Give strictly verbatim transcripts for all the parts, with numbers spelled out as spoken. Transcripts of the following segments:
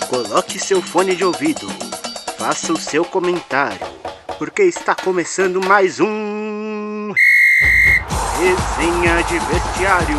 Coloque seu fone de ouvido, faça o seu comentário, porque está começando mais um Resenha de Vestiário.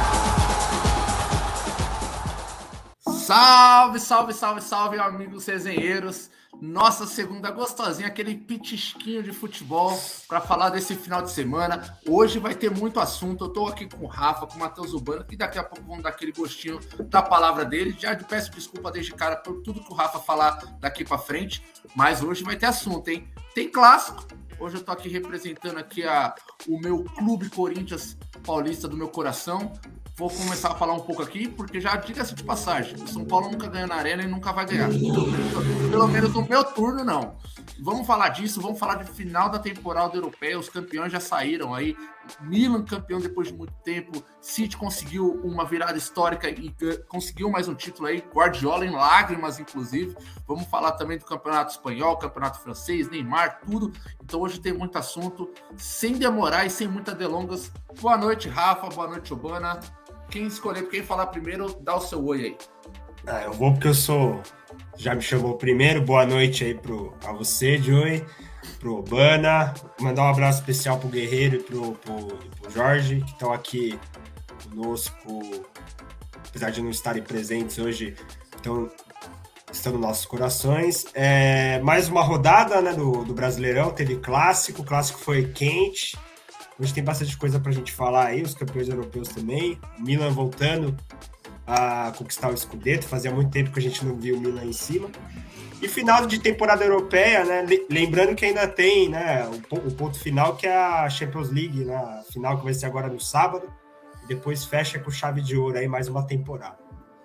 Salve, salve, salve, salve, amigos resenheiros. Nossa segunda gostosinha, aquele pitisquinho de futebol para falar desse final de semana. Hoje vai ter muito assunto. Eu tô aqui com o Rafa, com o Matheus Urbano, que daqui a pouco vamos dar aquele gostinho da palavra dele. Já peço desculpa desde cara por tudo que o Rafa falar daqui para frente, mas hoje vai ter assunto, hein? Tem clássico. Hoje eu tô aqui representando aqui a, o meu clube Corinthians Paulista do meu coração. Vou começar a falar um pouco aqui, porque já diga-se de passagem, o São Paulo nunca ganhou na Arena e nunca vai ganhar. Pelo menos no meu turno, não. Vamos falar disso, vamos falar de final da temporada europeia, os campeões já saíram aí. Milan campeão depois de muito tempo, City conseguiu uma virada histórica e conseguiu mais um título aí, Guardiola em lágrimas, inclusive. Vamos falar também do campeonato espanhol, campeonato francês, Neymar, tudo. Então hoje tem muito assunto, sem demorar e sem muitas delongas. Boa noite, Rafa, boa noite, Urbana. Quem escolher, quem falar primeiro, dá o seu oi aí. Ah, eu vou porque eu sou... Já me chamou primeiro. Boa noite aí pro, a você, Joey, pro Urbana. Mandar um abraço especial pro Guerreiro e pro, pro, pro Jorge, que estão aqui conosco, apesar de não estarem presentes hoje, então, estão nos nossos corações. É, mais uma rodada, né, do, do Brasileirão, teve clássico, o clássico foi quente. Hoje tem bastante coisa pra gente falar aí, os campeões europeus também. O Milan voltando a conquistar o Scudetto, fazia muito tempo que a gente não viu o Milan em cima. E final de temporada europeia, né? Lembrando que ainda tem, né, o ponto final, que é a Champions League, né? A final que vai ser agora no sábado. E depois fecha com chave de ouro aí mais uma temporada.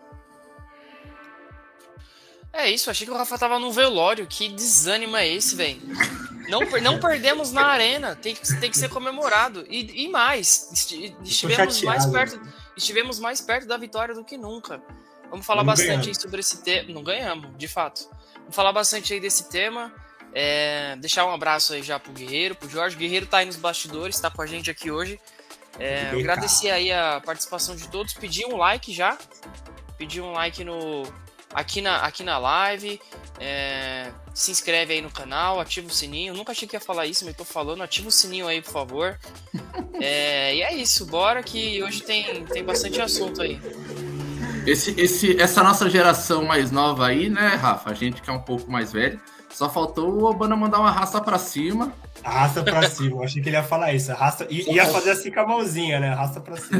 É isso, achei que o Rafa tava no velório. Que desânimo é esse, velho? Não, não perdemos na Arena, tem que, tem que ser comemorado. E, e mais, estivemos mais, perto, estivemos mais perto da vitória do que nunca. Vamos falar não bastante ganhamos. aí sobre esse tema. Não ganhamos, de fato. Vamos falar bastante aí desse tema. É, deixar um abraço aí já pro Guerreiro, pro Jorge. O Guerreiro tá aí nos bastidores, tá com a gente aqui hoje. É, agradecer aí a participação de todos. Pedir um like já. Pedir um like no... Aqui na, aqui na live, é, se inscreve aí no canal, ativa o sininho. Nunca achei que ia falar isso, mas tô falando. Ativa o sininho aí, por favor. É, e é isso, bora que hoje tem, tem bastante assunto aí. Esse, esse, essa nossa geração mais nova aí, né, Rafa? A gente que é um pouco mais velho, só faltou o Urbana mandar uma arrasta pra cima. Arrasta pra cima, eu achei que ele ia falar isso. Arrasta, ia fazer assim com a mãozinha, né? Arrasta pra cima.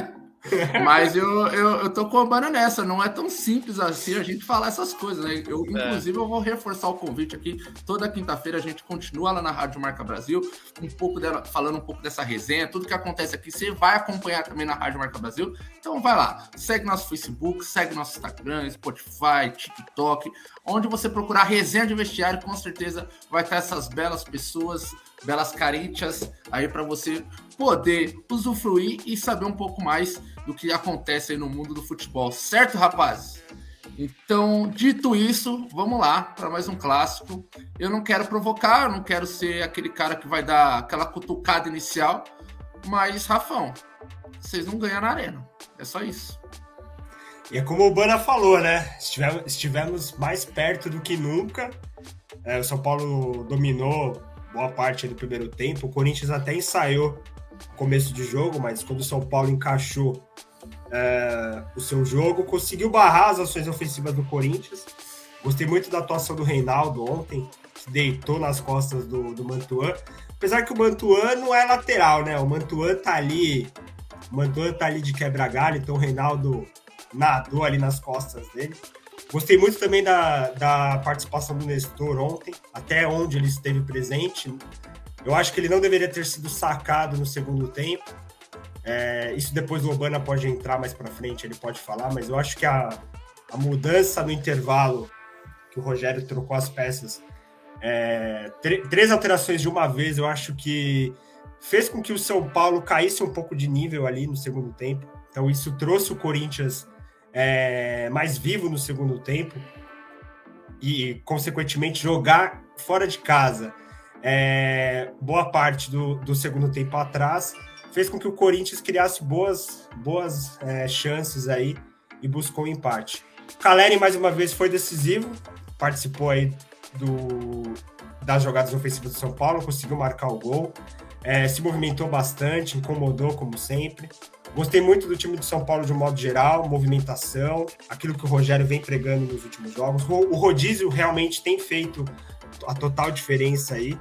Mas eu, eu, eu tô com a Urbana nessa, não é tão simples assim a gente falar essas coisas, né? Eu, inclusive, é. eu vou reforçar o convite aqui. Toda quinta-feira a gente continua lá na Rádio Marca Brasil, um pouco dela, falando um pouco dessa resenha, tudo que acontece aqui, você vai acompanhar também na Rádio Marca Brasil. Então vai lá, segue nosso Facebook, segue nosso Instagram, Spotify, TikTok, onde você procurar Resenha de Vestiário, com certeza vai estar essas belas pessoas, belas carinhas aí para você poder usufruir e saber um pouco mais do que acontece aí no mundo do futebol, certo, rapazes? Então, dito isso, vamos lá para mais um clássico. Eu não quero provocar, eu não quero ser aquele cara que vai dar aquela cutucada inicial, mas, Rafão, vocês não ganham na Arena, é só isso. E é como o Urbana falou, né? Estivemos, estivemos mais perto do que nunca. É, o São Paulo dominou boa parte do primeiro tempo. O Corinthians até ensaiou o começo de jogo, mas quando o São Paulo encaixou é, o seu jogo, conseguiu barrar as ações ofensivas do Corinthians. Gostei muito da atuação do Reinaldo ontem, que deitou nas costas do, do Mantuan. Apesar que o Mantuan não é lateral, né? O Mantuan tá ali, o Mantuan tá ali de quebra-galho, então o Reinaldo nadou ali nas costas dele. Gostei muito também da, da participação do Nestor ontem, até onde ele esteve presente. Eu acho que ele não deveria ter sido sacado no segundo tempo. É, isso depois o Urbana pode entrar mais para frente, ele pode falar, mas eu acho que a, a mudança no intervalo, que o Rogério trocou as peças, é, tr- três alterações de uma vez, eu acho que fez com que o São Paulo caísse um pouco de nível ali no segundo tempo. Então isso trouxe o Corinthians É, mais vivo no segundo tempo e, consequentemente, jogar fora de casa é, boa parte do, do segundo tempo atrás, fez com que o Corinthians criasse boas, boas é, chances aí e buscou o empate. Caleri, mais uma vez, foi decisivo, participou aí do, das jogadas ofensivas do São Paulo, conseguiu marcar o gol, é, se movimentou bastante, incomodou, como sempre. Gostei muito do time do São Paulo de um modo geral, movimentação, aquilo que o Rogério vem pregando nos últimos jogos. O rodízio realmente tem feito a total diferença aí.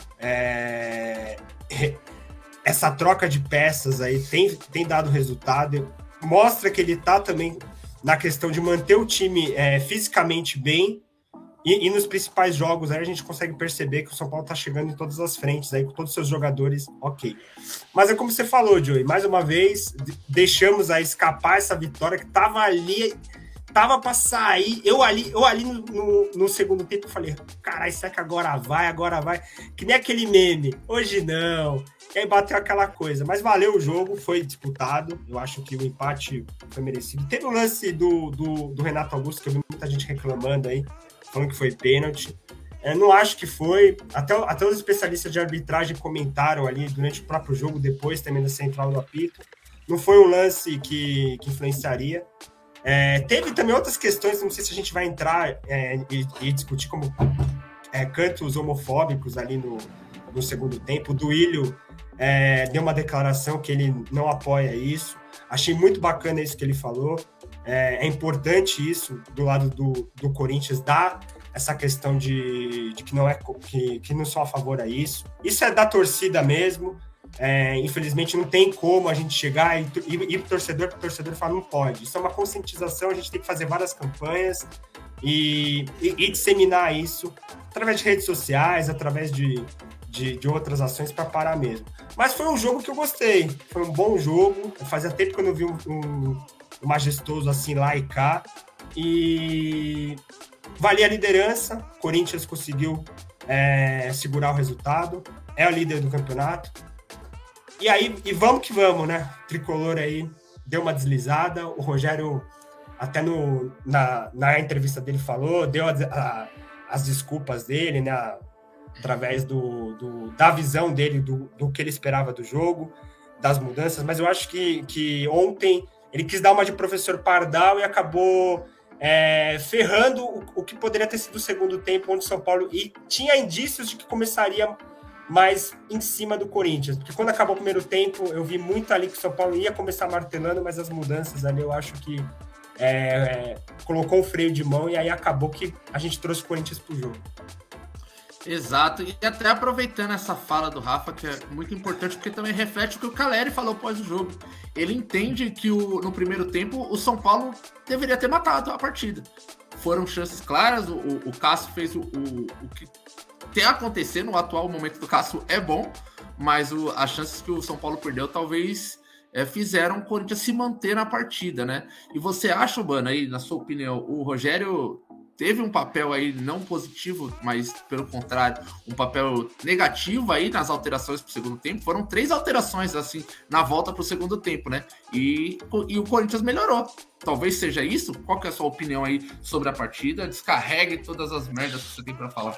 É... Essa troca de peças aí tem, tem dado resultado, mostra que ele está também na questão de manter o time é, fisicamente bem, e, e nos principais jogos aí a gente consegue perceber que o São Paulo está chegando em todas as frentes, aí, com todos os seus jogadores ok. Mas é como você falou, Joey, mais uma vez, deixamos aí escapar essa vitória que estava ali, tava para sair, eu ali, eu ali no, no, no segundo tempo falei, caralho, será que agora vai, agora vai? Que nem aquele meme, hoje não... E aí bateu aquela coisa, mas valeu o jogo, foi disputado, eu acho que o empate foi merecido. Teve o lance do, do, do Renato Augusto, que eu vi muita gente reclamando aí, falando que foi pênalti. Eu não acho que foi, até, até os especialistas de arbitragem comentaram ali durante o próprio jogo, depois também da central do apito. Não foi um lance que, que influenciaria. É, teve também outras questões, não sei se a gente vai entrar é, e, e discutir como é, cantos homofóbicos ali no, no segundo tempo. O Duílio É, deu uma declaração que ele não apoia isso. Achei muito bacana isso que ele falou. É, é importante isso do lado do, do Corinthians, dar essa questão de, de que, não é, que, que não são a favor a isso. Isso é da torcida mesmo. É, infelizmente não tem como a gente chegar e ir para o torcedor, para o torcedor falar não pode. Isso é uma conscientização, a gente tem que fazer várias campanhas e, e, e disseminar isso através de redes sociais, através de De, de outras ações para parar mesmo. Mas foi um jogo que eu gostei, foi um bom jogo, fazia tempo que eu não vi um, um, um majestoso assim lá e cá, e valia a liderança, Corinthians conseguiu é, segurar o resultado, é o líder do campeonato, e aí, e vamos que vamos, né, Tricolor aí deu uma deslizada, o Rogério até no, na, na entrevista dele falou, deu a, a, as desculpas dele, né, a, através do, do, da visão dele, do, do que ele esperava do jogo, das mudanças, mas eu acho que, que ontem ele quis dar uma de professor Pardal e acabou é, ferrando o, o que poderia ter sido o segundo tempo, onde o São Paulo e tinha indícios de que começaria mais em cima do Corinthians, porque quando acabou o primeiro tempo, eu vi muito ali que o São Paulo ia começar martelando, mas as mudanças ali eu acho que é, é, colocou o freio de mão e aí acabou que a gente trouxe o Corinthians pro jogo. Exato, e até aproveitando essa fala do Rafa, que é muito importante, porque também reflete o que o Caleri falou após o jogo. Ele entende que o, no primeiro tempo o São Paulo deveria ter matado a partida. Foram chances claras, o, o Cássio fez o, o, o que tem a acontecer no atual momento do Cássio é bom, mas o, as chances que o São Paulo perdeu talvez é, fizeram o Corinthians se manter na partida, né? E você acha, Bana, aí, na sua opinião, o Rogério teve um papel aí não positivo, mas pelo contrário, um papel negativo aí nas alterações para o segundo tempo? Foram três alterações assim na volta para o segundo tempo, né? E, e o Corinthians melhorou. Talvez seja isso? Qual que é a sua opinião aí sobre a partida? Descarregue todas as merdas que você tem para falar.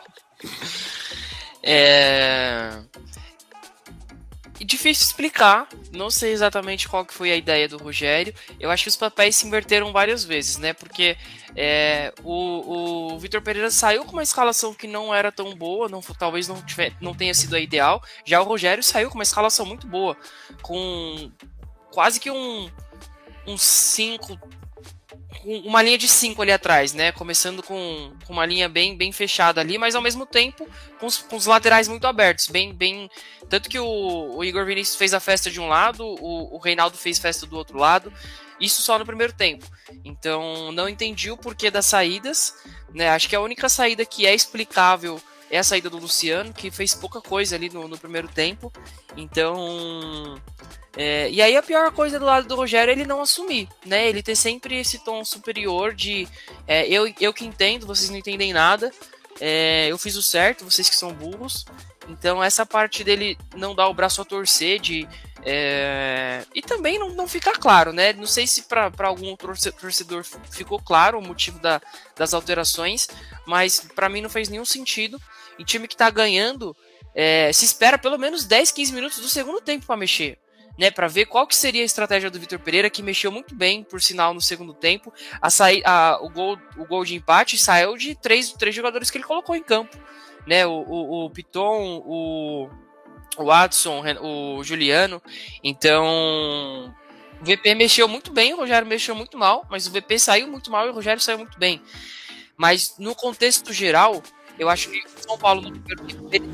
É... Difícil explicar, não sei exatamente qual que foi a ideia do Rogério. Eu acho que os papéis se inverteram várias vezes, né? Porque é, o, o Vitor Pereira saiu com uma escalação que não era tão boa, não, talvez não, tiver, não tenha sido a ideal. Já o Rogério saiu com uma escalação muito boa, com quase que um um cinco, uma linha de cinco ali atrás, né? Começando com, com uma linha bem, bem fechada ali, mas ao mesmo tempo com os, com os laterais muito abertos, bem, bem. Tanto que o, o Igor Vinícius fez a festa de um lado, o, o Reinaldo fez festa do outro lado, isso só no primeiro tempo. Então não entendi o porquê das saídas, né? Acho que a única saída que é explicável é a saída do Luciano, que fez pouca coisa ali no, no primeiro tempo. Então. É, e aí a pior coisa do lado do Rogério é ele não assumir, né? Ele ter sempre esse tom superior de é, eu, eu que entendo, vocês não entendem nada, é, eu fiz o certo, vocês que são burros. Então essa parte dele não dar o braço a torcer de, é, e também não, não ficar claro, né? Não sei se para algum torcedor ficou claro o motivo da, das alterações, mas para mim não fez nenhum sentido. E time que tá ganhando, é, se espera pelo menos dez, quinze minutos do segundo tempo para mexer. né, para ver qual que seria a estratégia do Vitor Pereira, que mexeu muito bem, por sinal, no segundo tempo. A saí, a, o, gol, o gol de empate saiu de três, três jogadores que ele colocou em campo, né, o, o, o Piton, o, o Watson, o Juliano. Então, o V P mexeu muito bem, o Rogério mexeu muito mal, mas o V P saiu muito mal e o Rogério saiu muito bem. Mas, no contexto geral, eu acho que o São Paulo no primeiro tempo tem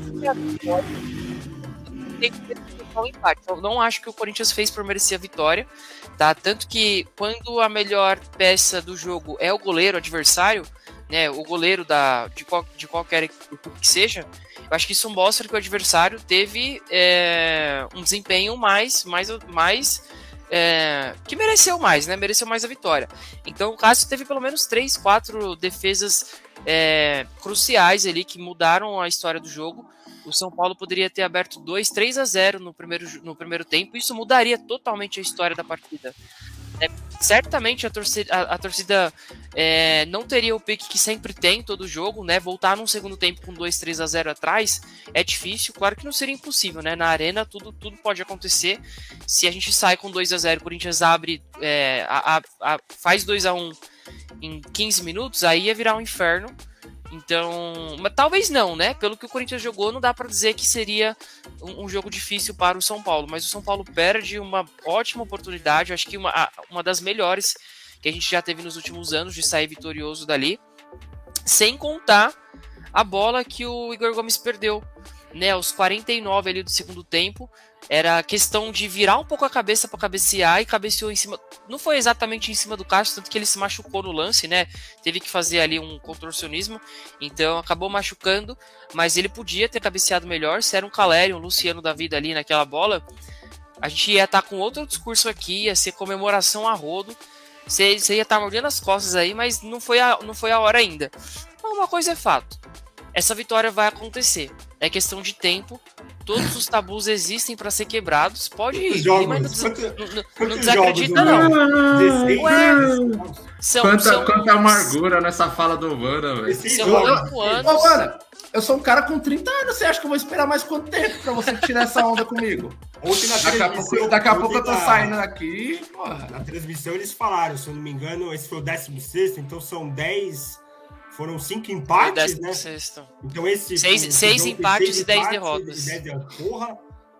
que ter um empate. Eu não acho que o Corinthians fez por merecer a vitória, tá? Tanto que quando a melhor peça do jogo é o goleiro adversário, né, o goleiro da, de, qual, de qualquer equipe que seja, eu acho que isso mostra que o adversário teve é, um desempenho mais, mais, mais é, que mereceu mais, né? Mereceu mais a vitória. Então o Cássio teve pelo menos três, quatro defesas é, cruciais ali que mudaram a história do jogo. O São Paulo poderia ter aberto dois, três a zero no primeiro, no primeiro tempo. Isso mudaria totalmente a história da partida. É, certamente a torcida, a, a torcida é, não teria o pique que sempre tem todo jogo, né? Voltar num segundo tempo com dois, três a zero atrás é difícil. Claro que não seria impossível, né? Na arena tudo, tudo pode acontecer. Se a gente sai com dois a zero, o Corinthians abre, é, a, a, a, faz dois a um em quinze minutos, aí ia virar um inferno. Então, mas talvez não, né? Pelo que o Corinthians jogou, não dá para dizer que seria um, um jogo difícil para o São Paulo. Mas o São Paulo perde uma ótima oportunidade, acho que uma, uma das melhores que a gente já teve nos últimos anos de sair vitorioso dali. Sem contar a bola que o Igor Gomes perdeu, né? Aos quarenta e nove ali do segundo tempo. Era questão de virar um pouco a cabeça para cabecear e cabeceou em cima. Não foi exatamente em cima do Cássio, tanto que ele se machucou no lance, né? Teve que fazer ali um contorcionismo, então acabou machucando. Mas ele podia ter cabeceado melhor. Se era um Caleri, um Luciano da vida ali naquela bola, a gente ia estar com outro discurso aqui, ia ser comemoração a rodo. Você, você ia estar mordendo as costas aí, mas não foi a, não foi a hora ainda. Então, uma coisa é fato: essa vitória vai acontecer. É questão de tempo. Todos os tabus existem para ser quebrados. Pode ir, jogos? mas não, Quanto, não, não desacredita, não. Ué, são, quanta, são, quanta amargura nessa fala do Vana, velho. São oito anos. Ô, Vana, eu sou um cara com trinta anos. Você acha que eu vou esperar mais quanto tempo pra você tirar essa onda comigo? Ontem na daqui a pouco, daqui a pouco eu tô na, saindo daqui. Porra. Na transmissão eles falaram, se eu não me engano, esse foi o décimo sexto, então são dez. Foram cinco empates, né? Sexto. Então esse seis, esse seis empates seis e dez empates, derrotas. dez derrotas. Porra.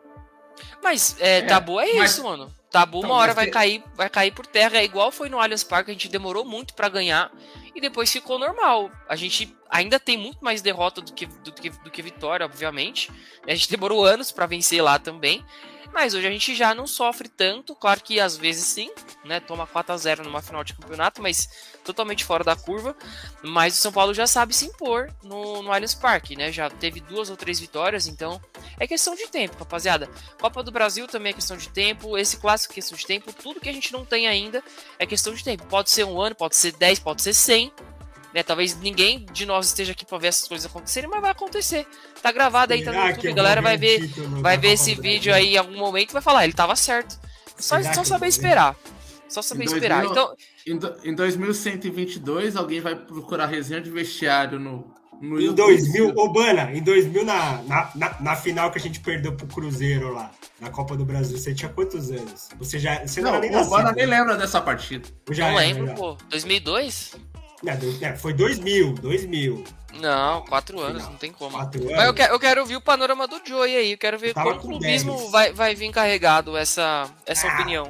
Mas é, é, tabu é mas, isso, mano. Tabu uma hora vai cair, vai cair por terra. É igual foi no Allianz Parque, a gente demorou muito pra ganhar e depois ficou normal. A gente ainda tem muito mais derrota do que, do que, do que vitória, obviamente. A gente demorou anos pra vencer lá também. Mas hoje a gente já não sofre tanto, claro que às vezes sim, né? Toma quatro a zero numa final de campeonato, mas totalmente fora da curva. Mas o São Paulo já sabe se impor no, no Allianz Parque, né? Já teve duas ou três vitórias, então é questão de tempo, rapaziada. Copa do Brasil também é questão de tempo, esse clássico é questão de tempo, tudo que a gente não tem ainda é questão de tempo. Pode ser um ano, pode ser dez, pode ser cem. Né, talvez ninguém de nós esteja aqui para ver essas coisas acontecerem, mas vai acontecer. Tá gravado aí, tá no YouTube, a galera vai ver, vai ver esse vídeo aí em algum momento e vai falar, ele tava certo. Só, só saber esperar. Só saber esperar. Então, em dois mil cento e vinte e dois, alguém vai procurar resenha de vestiário no, no em dois mil, Obana, em dois mil, na, na, na, na final que a gente perdeu pro Cruzeiro lá, na Copa do Brasil, você tinha quantos anos? Você já você não, não era nem o Obana nascido, nem né? lembra dessa partida. Eu já não era, lembro, já. Pô. dois mil e dois? É, foi dois mil, dois mil. Não, quatro anos, não, não tem como. Quatro anos. Mas eu quero, eu quero ouvir o panorama do Joey aí, eu quero ver como o clubismo vai, vai vir carregado essa, essa ah. opinião.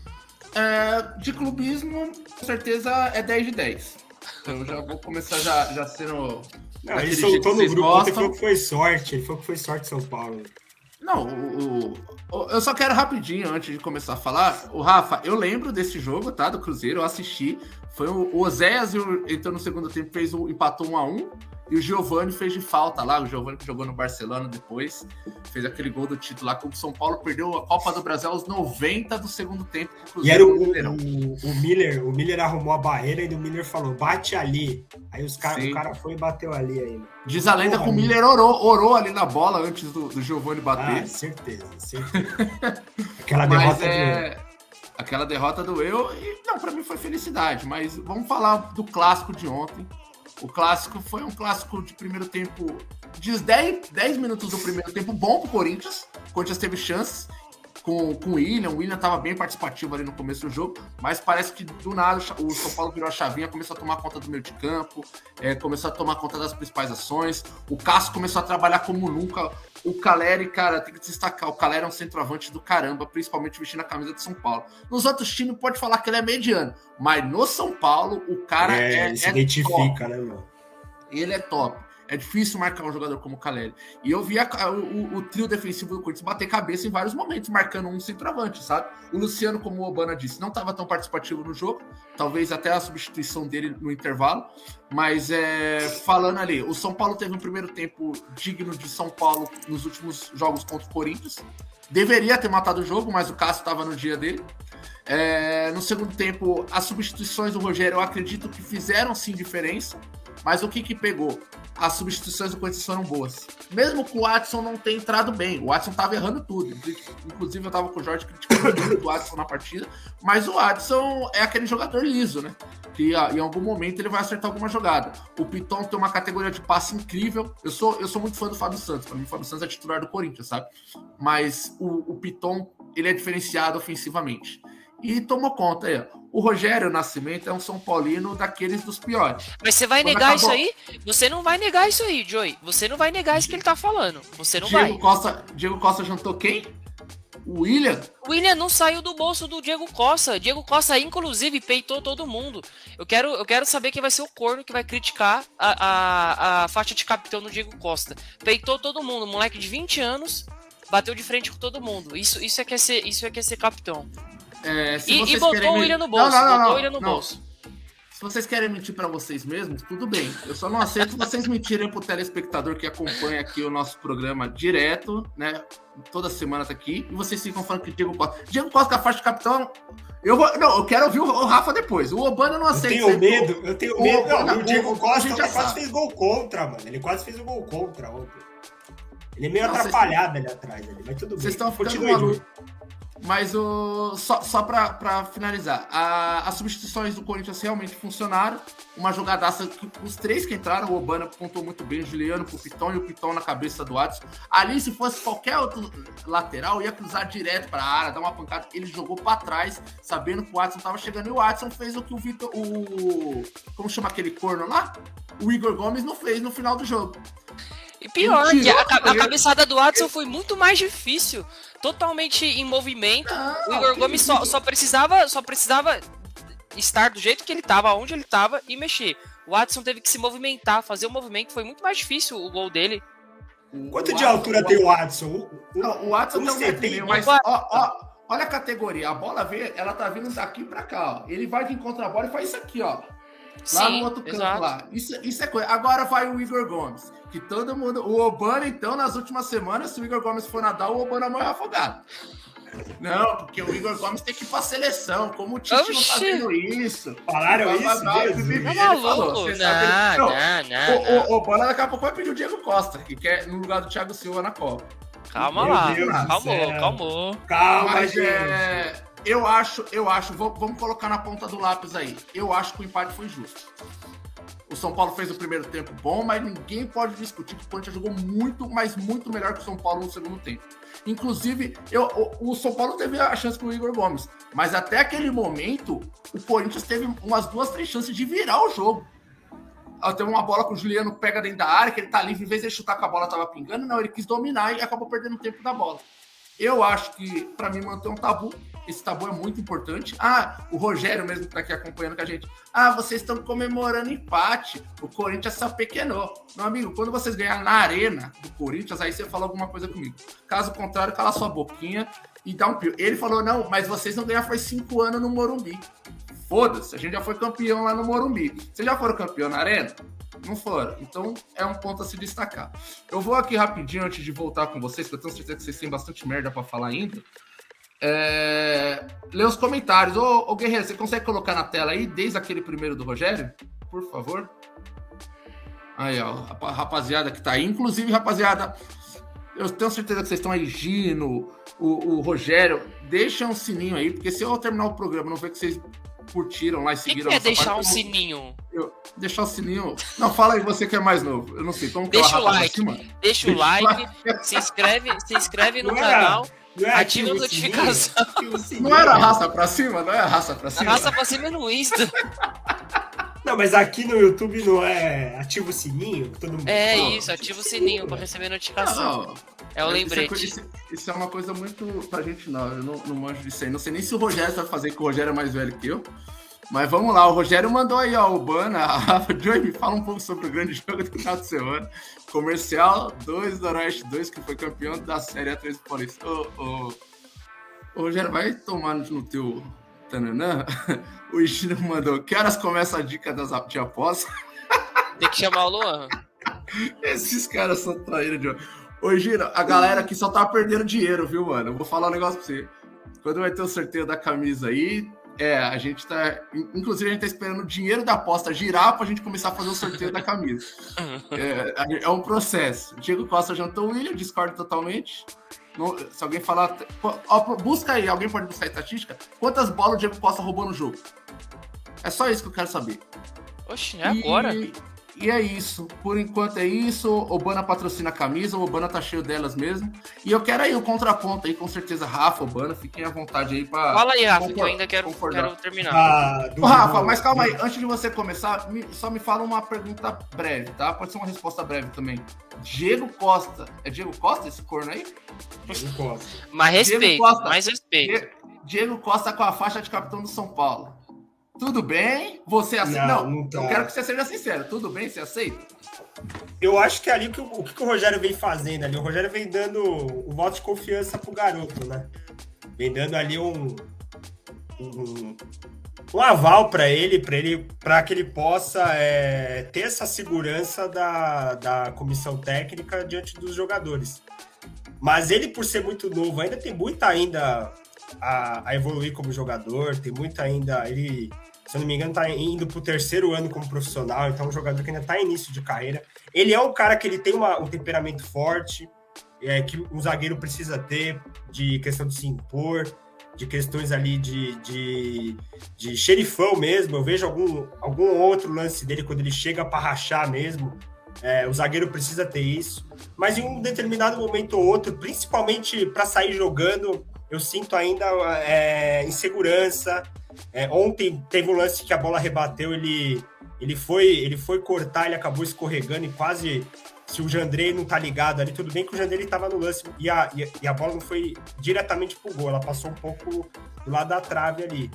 É, de clubismo, com certeza é dez de dez. Então eu já vou começar já, já sendo... Não, ele soltou no grupo, ele falou que foi sorte, ele falou que foi sorte São Paulo. Não, o, o, eu só quero rapidinho, antes de começar a falar, o Rafa, eu lembro desse jogo, tá, do Cruzeiro, eu assisti, foi o, o Oséias entrou no segundo tempo, fez o, empatou um a um, e o Giovani fez de falta lá, o Giovani que jogou no Barcelona depois, fez aquele gol do título lá, como o São Paulo perdeu a Copa do Brasil aos noventa do segundo tempo. E era o, o, o, Miller, o Miller arrumou a barreira e o Miller falou, bate ali. Aí os cara, o cara foi e bateu ali ainda. Diz a lenda que o Miller orou, orou ali na bola antes do, do Giovani bater. Ah, certeza, certeza. Aquela derrota é... do... Aquela derrota doeu e, não, pra mim foi felicidade, mas vamos falar do clássico de ontem. O clássico foi um clássico de primeiro tempo, de dez, dez minutos do primeiro tempo bom pro Corinthians. O Corinthians teve chances. O com, com o William. O William estava bem participativo ali no começo do jogo, mas parece que do nada o São Paulo virou a chavinha, começou a tomar conta do meio de campo, é, começou a tomar conta das principais ações. O Cássio começou a trabalhar como nunca. O Caleri, cara, tem que destacar, o Caleri é um centroavante do caramba, principalmente vestindo a camisa de São Paulo. Nos outros times pode falar que ele é mediano, mas no São Paulo o cara é, é, é se identifica, top. Né, meu? Ele é top. É difícil marcar um jogador como o Caleri. E eu vi a, o, o, o trio defensivo do Corinthians bater cabeça em vários momentos, marcando um centroavante, sabe? O Luciano, como o Obana disse, não estava tão participativo no jogo, talvez até a substituição dele no intervalo, mas é, falando ali, o São Paulo teve um primeiro tempo digno de São Paulo nos últimos jogos contra o Corinthians. Deveria ter matado o jogo, mas o Cássio estava no dia dele. É, no segundo tempo, as substituições do Rogério, eu acredito que fizeram sim diferença, mas o que que pegou? As substituições do Corinthians foram boas. Mesmo que o Watson não tenha entrado bem, o Watson estava errando tudo. Inclusive, eu estava com o Jorge criticando muito o Watson na partida, mas o Watson é aquele jogador liso, né? Que em algum momento ele vai acertar alguma jogada. O Piton tem uma categoria de passe incrível. Eu sou, eu sou muito fã do Fábio Santos. Para mim, o Fábio Santos é titular do Corinthians, sabe? Mas o, o Piton, ele é diferenciado ofensivamente. E tomou conta aí. O Rogério Nascimento é um São Paulino daqueles dos piores. Mas você vai Quando negar acabou... isso aí? Você não vai negar isso aí, Joey. Você não vai negar isso que ele tá falando. Você não Diego vai. Costa, Diego Costa jantou quem? O William? O William não saiu do bolso do Diego Costa. Diego Costa, inclusive, peitou todo mundo. Eu quero, eu quero saber quem vai ser o corno que vai criticar a, a, a faixa de capitão do Diego Costa. Peitou todo mundo. Moleque de vinte anos, bateu de frente com todo mundo. Isso, isso, é, que é, ser, isso é que é ser capitão. É, se e, e botou o William no bolso. Não, não, não, botou não, o William no não. bolso. Se vocês querem mentir pra vocês mesmos, tudo bem. Eu só não aceito vocês mentirem pro telespectador que acompanha aqui o nosso programa direto, né? Toda semana tá aqui. E vocês ficam falando que Diego Costa... Diego Costa, a faixa de capitão... Eu vou... Não, eu quero ouvir o Rafa depois. O Obana eu não aceita. Eu tenho medo, eu tenho o medo. Obana, não, o Diego o, Costa ele quase sabe. fez gol contra, mano. Ele quase fez o gol contra ontem. Ele é meio não, atrapalhado ali atrás, ali, mas tudo bem. Vocês estão ficando malucos. Mas o, só, só pra, pra finalizar, a, as substituições do Corinthians realmente funcionaram. Uma jogadaça que os três que entraram, o Obana contou muito bem, o Juliano pro Piton e o Piton na cabeça do Watson. Ali, se fosse qualquer outro lateral, ia cruzar direto pra área, dar uma pancada. Ele jogou pra trás, sabendo que o Watson tava chegando. E o Watson fez o que o Vitor, o... Como chama aquele corno lá? O Igor Gomes não fez no final do jogo. E pior, que a, a cabeçada do Watson foi muito mais difícil. Totalmente em movimento. Não, o Igor Gomes só, só, precisava, só precisava estar do jeito que ele estava, onde ele estava e mexer. O Watson teve que se movimentar, fazer o movimento. Foi muito mais difícil o gol dele. Quanto de altura tem o Watson? Não, o Watson tem um metro, mas ó, ó, olha a categoria. A bola vê, ela tá vindo daqui pra cá, ó. Ele vai de encontro a bola e faz isso aqui, ó. Lá Sim, no outro canto exato. lá. Isso, isso é coisa. Agora vai o Igor Gomes. Que todo mundo. O Obana, então, nas últimas semanas, se o Igor Gomes for nadar, o Obana morre afogado. Não, porque o Igor Gomes tem que ir pra seleção. Como o Tite Oxi. não tá vendo isso? Falaram isso? Ele falou. Não, não, não. O Obana daqui a pouco vai pedir o Diego Costa, que quer no lugar do Thiago Silva na Copa. Calma Meu lá. Deus calmou, calmou. Calma, Mas, gente. É... Eu acho, eu acho, vamos colocar na ponta do lápis aí. Eu acho que o empate foi justo. O São Paulo fez o primeiro tempo bom, mas ninguém pode discutir que o Corinthians jogou muito, mas muito melhor que o São Paulo no segundo tempo. Inclusive, eu, o, o São Paulo teve a chance com o Igor Gomes, mas até aquele momento, o Corinthians teve umas duas, três chances de virar o jogo. Teve uma bola que o Juliano pega dentro da área, que ele tá livre, em vez de ele chutar com a bola tava pingando, não, ele quis dominar e acabou perdendo o tempo da bola. Eu acho que, para mim, manter um tabu, esse tabu é muito importante. Ah, o Rogério mesmo que tá aqui acompanhando com a gente. Ah, vocês estão comemorando empate. O Corinthians se apequenou. Meu amigo, quando vocês ganharem na arena do Corinthians, aí você fala alguma coisa comigo. Caso contrário, cala sua boquinha e dá um pio. Ele falou, não, mas vocês não ganharam faz cinco anos no Morumbi. Foda-se, a gente já foi campeão lá no Morumbi. Vocês já foram campeão na arena? Não foram. Então, é um ponto a se destacar. Eu vou aqui rapidinho, antes de voltar com vocês, que eu tenho certeza que vocês têm bastante merda pra falar ainda. É... Ler os comentários. Ô, ô, Guerreiro, você consegue colocar na tela aí, desde aquele primeiro do Rogério? Por favor. Aí, ó, a rapaziada que tá aí. Inclusive, rapaziada, eu tenho certeza que vocês estão aí, Gino, o, o Rogério. Deixa um sininho aí, porque se eu terminar o programa não ver que vocês curtiram lá e seguiram. O que é deixar parte, um eu, sininho? Eu, deixar o sininho. Não, fala aí você que é mais novo. Eu não sei como que deixa o like, deixa o like, se inscreve, se inscreve no não canal. Era, Não é ativa a notificação. Não era raça pra cima? Não é raça pra cima? A raça pra cima é no Insta. Não, mas aqui no YouTube não é ativa o sininho? Todo mundo É fala. isso, ativa o sininho pra receber notificação. Não, é o lembrete. Isso é, isso, isso é uma coisa muito pra gente não, eu não, não manjo disso aí. Não sei nem se o Rogério vai fazer, que o Rogério é mais velho que eu. Mas vamos lá, o Rogério mandou aí, ó, o Bana, a Rafa, Joey, me fala um pouco sobre o grande jogo do final de semana. Comercial dois, Noroeste dois, que foi campeão da Série A três do Paulista. Ô, ô, ô, Rogério, vai tomar no teu tananã? O Ishino mandou, que horas começa a dica das, de aposta? Tem que chamar o Luan. Esses caras são traíros de... Ô, Gino, a galera aqui só tá perdendo dinheiro, viu, mano? Eu vou falar um negócio pra você. Quando vai ter o sorteio da camisa aí, é, a gente tá... Inclusive, a gente tá esperando o dinheiro da aposta girar pra gente começar a fazer o sorteio da camisa. É, é um processo. Diego Costa jantou o William, discordo totalmente. Não, se alguém falar... Ó, busca aí, alguém pode buscar a estatística? Quantas bolas o Diego Costa roubou no jogo? É só isso que eu quero saber. Oxe, é agora? E... E é isso, por enquanto é isso. O Bana patrocina a camisa, o Bana tá cheio delas mesmo. E eu quero aí o contraponto aí, com certeza, Rafa, o Bana, fiquem à vontade aí pra. Fala aí, Rafa, que eu ainda quero, quero terminar. Ah, do... Ô, Rafa, mas calma aí, antes de você começar, me, só me fala uma pergunta breve, tá? Pode ser uma resposta breve também. Diego Costa, é Diego Costa esse corno aí? Diego Costa. Mais respeito, Costa, mais respeito. Diego Costa com a faixa de capitão do São Paulo. Tudo bem? Você aceita? Não, não, não tá. Eu quero que você seja sincero. Tudo bem? Você aceita? Eu acho que ali o que o, que o Rogério vem fazendo ali, o Rogério vem dando o voto de confiança pro garoto, né? Vem dando ali um, um, um aval para ele, para ele, para que ele possa é, ter essa segurança da, da comissão técnica diante dos jogadores. Mas ele, por ser muito novo, ainda tem muito ainda a, a evoluir como jogador, tem muito ainda... Ele, se eu não me engano, tá indo pro terceiro ano como profissional, então é um jogador que ainda tá em início de carreira. Ele é um cara que ele tem uma, um temperamento forte, é, que um zagueiro precisa ter, de questão de se impor, de questões ali de, de, de xerifão mesmo. Eu vejo algum, algum outro lance dele quando ele chega para rachar mesmo. É, o zagueiro precisa ter isso. Mas em um determinado momento ou outro, principalmente para sair jogando, eu sinto ainda é, insegurança. É, ontem teve um lance que a bola rebateu, ele, ele, foi, ele foi cortar, ele acabou escorregando e quase, se o Jandrei não tá ligado ali, tudo bem que o Jandrei estava no lance e a, e a bola não foi diretamente pro gol, ela passou um pouco do lado da trave ali.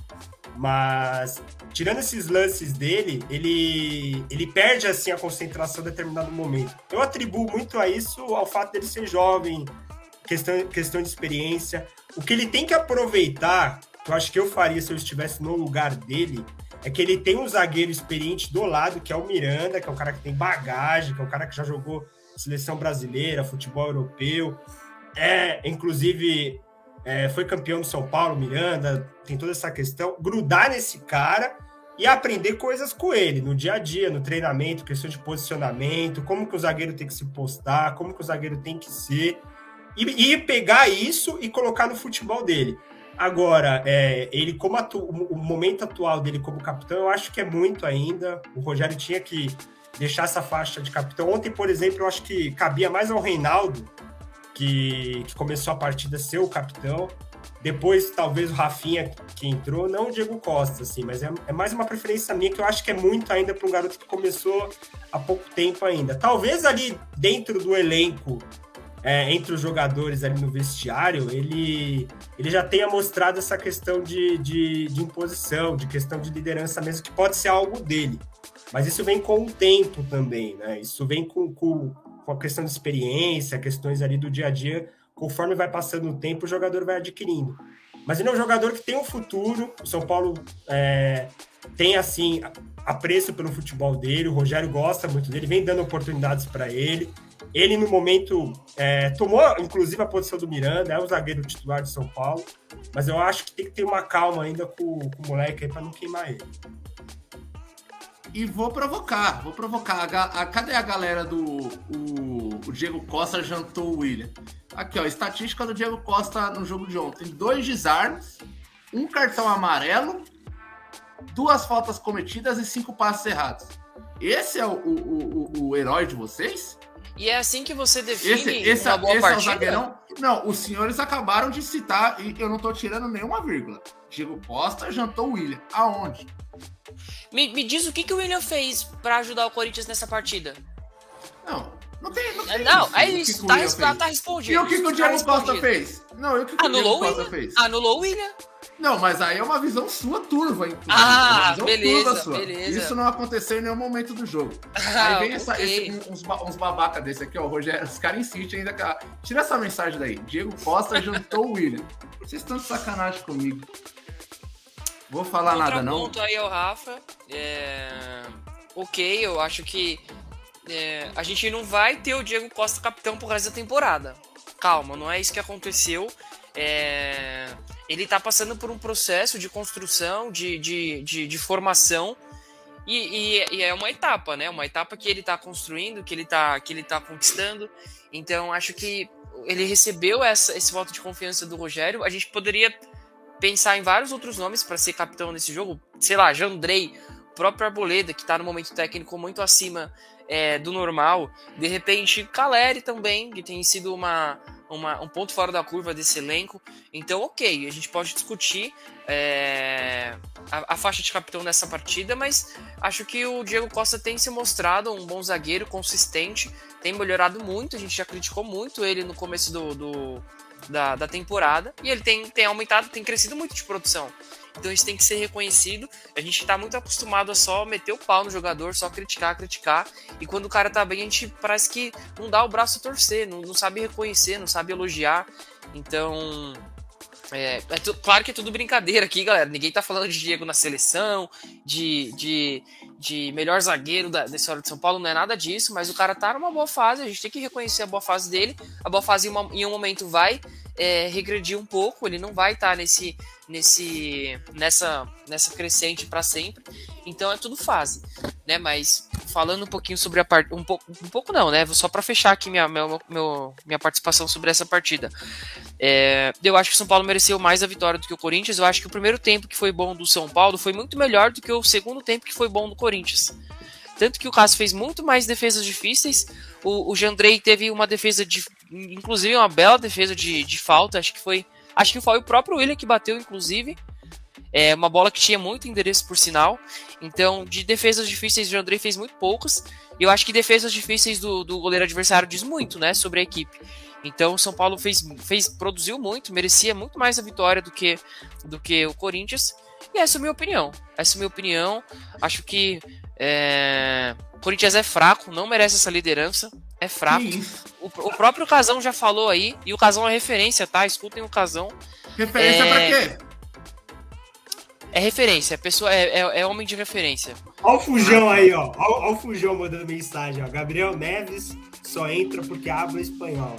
Mas, tirando esses lances dele, ele, ele perde assim a concentração em determinado momento. Eu atribuo muito a isso ao fato dele ser jovem, questão, questão de experiência. O que ele tem que aproveitar, que eu acho que eu faria se eu estivesse no lugar dele, é que ele tem um zagueiro experiente do lado, que é o Miranda, que é um cara que tem bagagem, que é um cara que já jogou seleção brasileira, futebol europeu, é, inclusive, é, foi campeão do São Paulo, Miranda, tem toda essa questão. Grudar nesse cara e aprender coisas com ele, no dia a dia, no treinamento, questão de posicionamento, como que o zagueiro tem que se postar, como que o zagueiro tem que ser, e, e pegar isso e colocar no futebol dele. Agora, é, ele como atu... o momento atual dele como capitão, eu acho que é muito ainda. O Rogério tinha que deixar essa faixa de capitão. Ontem, por exemplo, eu acho que cabia mais ao Reinaldo, que, que começou a partida, ser o capitão. Depois, talvez o Rafinha, que entrou, não o Diego Costa, assim, mas é, é mais uma preferência minha, que eu acho que é muito ainda para um garoto que começou há pouco tempo ainda. Talvez ali dentro do elenco, É, entre os jogadores ali no vestiário, ele, ele já tenha mostrado essa questão de, de, de imposição, de questão de liderança mesmo, que pode ser algo dele. Mas isso vem com o tempo também, né? Isso vem com, com, com a questão de experiência, questões ali do dia a dia. Conforme vai passando o tempo, o jogador vai adquirindo. Mas ele é um jogador que tem um futuro. O São Paulo é, tem, assim, apreço pelo futebol dele. O Rogério gosta muito dele, vem dando oportunidades para ele. Ele, no momento, é, tomou, inclusive, a posição do Miranda, é o zagueiro titular de São Paulo, mas eu acho que tem que ter uma calma ainda com, com o moleque aí para não queimar ele. E vou provocar, vou provocar. A, a, cadê a galera do o, o Diego Costa jantou o William? Aqui, ó, estatística do Diego Costa no jogo de ontem. Dois desarmes, um cartão amarelo, duas faltas cometidas e cinco passes errados. Esse é o, o, o, o herói de vocês? E é assim que você define esse, esse, uma boa esse partida? É o zagueirão? Não, os senhores acabaram de citar, e eu não tô tirando nenhuma vírgula. Diego Costa jantou o William. Aonde? Me, me diz o que, que o William fez pra ajudar o Corinthians nessa partida. Não, não tem. Não, tem não isso, é isso, que tá, que tá, tá respondido. E o que, que o Diego tá Costa fez? Não, e o que, que Anulou o Diego Costa fez? Anulou o William. Não, mas aí é uma visão sua turva, inclusive. Ah, é beleza, beleza. Isso não aconteceu em nenhum momento do jogo. Ah, aí vem essa, okay. esse, uns, uns babaca desse aqui, ó, o Rogério, os caras insistem ainda. Cara, tira essa mensagem daí. Diego Costa jantou o William. Vocês estão de sacanagem comigo. Vou falar Outro nada, não. ponto aí ao Rafa. É... Ok, eu acho que é, a gente não vai ter o Diego Costa capitão pro resto da temporada. Calma, não é isso que aconteceu. É... Ele tá passando por um processo de construção, de, de, de, de formação, e, e, e é uma etapa, né? Uma etapa que ele tá construindo, que ele tá, que ele tá conquistando. Então, acho que ele recebeu essa, esse voto de confiança do Rogério. A gente poderia pensar em vários outros nomes para ser capitão nesse jogo. Sei lá, Jandrei, o próprio Arboleda, que tá no momento técnico muito acima é, do normal. De repente, Caleri também, que tem sido uma... Uma, um ponto fora da curva desse elenco. Então, ok, a gente pode discutir é, a, a faixa de capitão nessa partida, mas acho que o Diego Costa tem se mostrado um bom zagueiro, consistente, tem melhorado muito, a gente já criticou muito ele no começo do, do, da, da temporada, e ele tem, tem aumentado, tem crescido muito de produção. Então isso tem que ser reconhecido. A gente está muito acostumado a só meter o pau no jogador, só criticar, criticar. E quando o cara tá bem, a gente parece que não dá o braço a torcer, não, não sabe reconhecer, não sabe elogiar. Então, é, é tu, claro que é tudo brincadeira aqui, galera. Ninguém tá falando de Diego na seleção, de, de, de melhor zagueiro da, da história de São Paulo, não é nada disso. Mas o cara tá numa boa fase, a gente tem que reconhecer a boa fase dele. A boa fase em, uma, em um momento vai é, regredir um pouco, ele não vai estar tá nesse... nesse nessa nessa crescente para sempre, então é tudo fase, né? Mas falando um pouquinho sobre a parte, um pouco um pouco não, né? Só para fechar aqui minha meu, meu, minha participação sobre essa partida, é, eu acho que o São Paulo mereceu mais a vitória do que o Corinthians. Eu acho que o primeiro tempo que foi bom do São Paulo foi muito melhor do que o segundo tempo que foi bom do Corinthians. Tanto que o Cássio fez muito mais defesas difíceis. O, o Jandrei teve uma defesa de, inclusive uma bela defesa de, de falta. Acho que foi Acho que foi o próprio William que bateu, inclusive. É uma bola que tinha muito endereço, por sinal. Então, de defesas difíceis, o Jandrei fez muito poucas. E eu acho que defesas difíceis do, do goleiro adversário diz muito, né, sobre a equipe. Então, o São Paulo fez, fez, produziu muito, merecia muito mais a vitória do que, do que o Corinthians. E essa é a minha opinião. Essa é a minha opinião. Acho que é, o Corinthians é fraco, não merece essa liderança. É fraco. O, o próprio Casão já falou aí, e o Casão é referência, tá? Escutem o Casão. Referência é... pra quê? É referência, a pessoa é, é, é homem de referência. Olha o Fujão aí, ó. Olha o Fujão mandando mensagem, ó. Gabriel Neves só entra porque habla espanhol.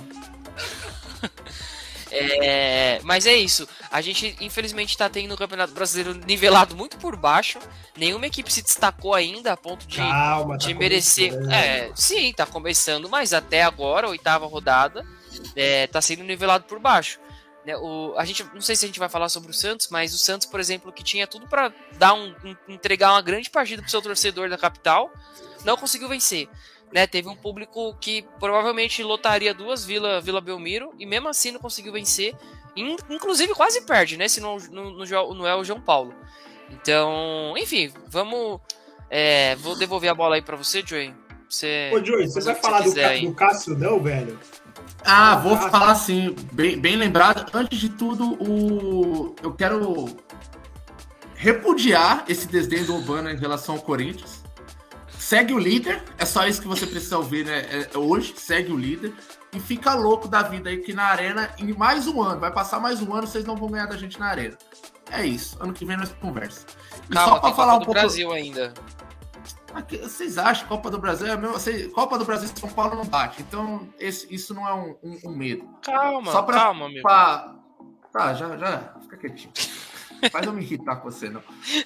É, mas é isso. A gente, infelizmente, tá tendo o Campeonato Brasileiro nivelado muito por baixo. Nenhuma equipe se destacou ainda a ponto de, Calma, de tá merecer. É, sim, tá começando, mas até agora, a oitava rodada, é, tá sendo nivelado por baixo. Né, o, a gente, não sei se a gente vai falar sobre o Santos, mas o Santos, por exemplo, que tinha tudo para dar um, um, entregar uma grande partida pro seu torcedor da capital, não conseguiu vencer. Né, teve um público que provavelmente lotaria duas Vila, Vila Belmiro e mesmo assim não conseguiu vencer. In, inclusive quase perde, né? Se não, não, não é o João Paulo. Então, enfim, vamos. É, vou devolver a bola aí pra você, Joey. Você, Ô, Joey, você vai falar do, do Cássio, não, velho? Ah, vou ah, falar sim. Bem, bem lembrado. Antes de tudo, o... eu quero repudiar esse desdém do Urbano em relação ao Corinthians. Segue o líder, é só isso que você precisa ouvir, né? É, hoje, segue o líder e fica louco da vida aí que na Arena, em mais um ano, vai passar mais um ano, vocês não vão ganhar da gente na Arena. É isso, ano que vem nós conversa. E Calma, só pra tem falar Copa um do pouco... Brasil ainda. Aqui, vocês acham que Copa do Brasil é a mesma... Vocês... Copa do Brasil e São Paulo não bate, então esse, isso não é um, um, um medo. Calma, só pra, calma, amigo. Pra... Tá, já, já, fica quietinho. Faz eu me irritar com você, não.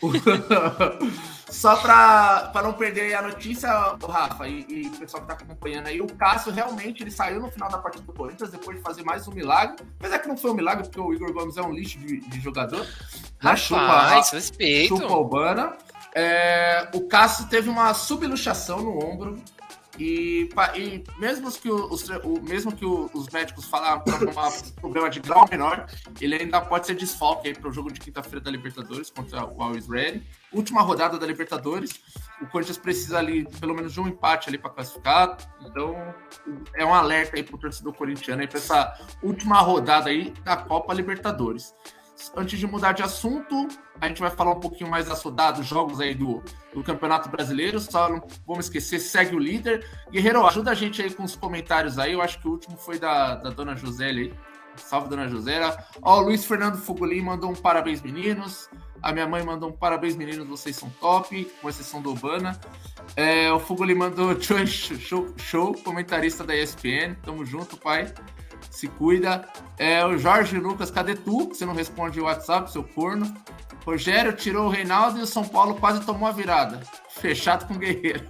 Só pra, pra não perder a notícia, o Rafa e, e o pessoal que tá acompanhando aí, o Cássio realmente ele saiu no final da partida do Corinthians depois de fazer mais um milagre. Mas é que não foi um milagre, porque o Igor Gomes é um lixo de, de jogador. Rapaz, chupa, respeito. Chupa Urbana. É, o Cássio teve uma subluxação no ombro. E, e mesmo que, os, o, mesmo que os médicos falaram que é um problema de grau menor, ele ainda pode ser desfalque para o jogo de quinta-feira da Libertadores contra o Always Ready. Última rodada da Libertadores, o Corinthians precisa ali pelo menos de um empate ali para classificar. Então é um alerta aí para o torcedor corintiano para essa última rodada aí da Copa Libertadores. Antes de mudar de assunto, a gente vai falar um pouquinho mais das rodadas, jogos aí do, do Campeonato Brasileiro. Só não vamos esquecer, segue o líder. Guerreiro, ajuda a gente aí com os comentários aí. Eu acho que o último foi da, da Dona Josélia aí. Salve, Dona Josélia. Ó, o Luiz Fernando Fugolin mandou um parabéns, meninos. A minha mãe mandou um parabéns, meninos, vocês são top, com exceção do Urbana. É, o Fugolin mandou show, show, comentarista da E S P N. Tamo junto, pai. Se cuida. É, o Jorge Lucas, cadê tu? Você não responde o WhatsApp, seu corno. Rogério tirou o Reinaldo e o São Paulo quase tomou a virada. Fechado com o Guerreiro.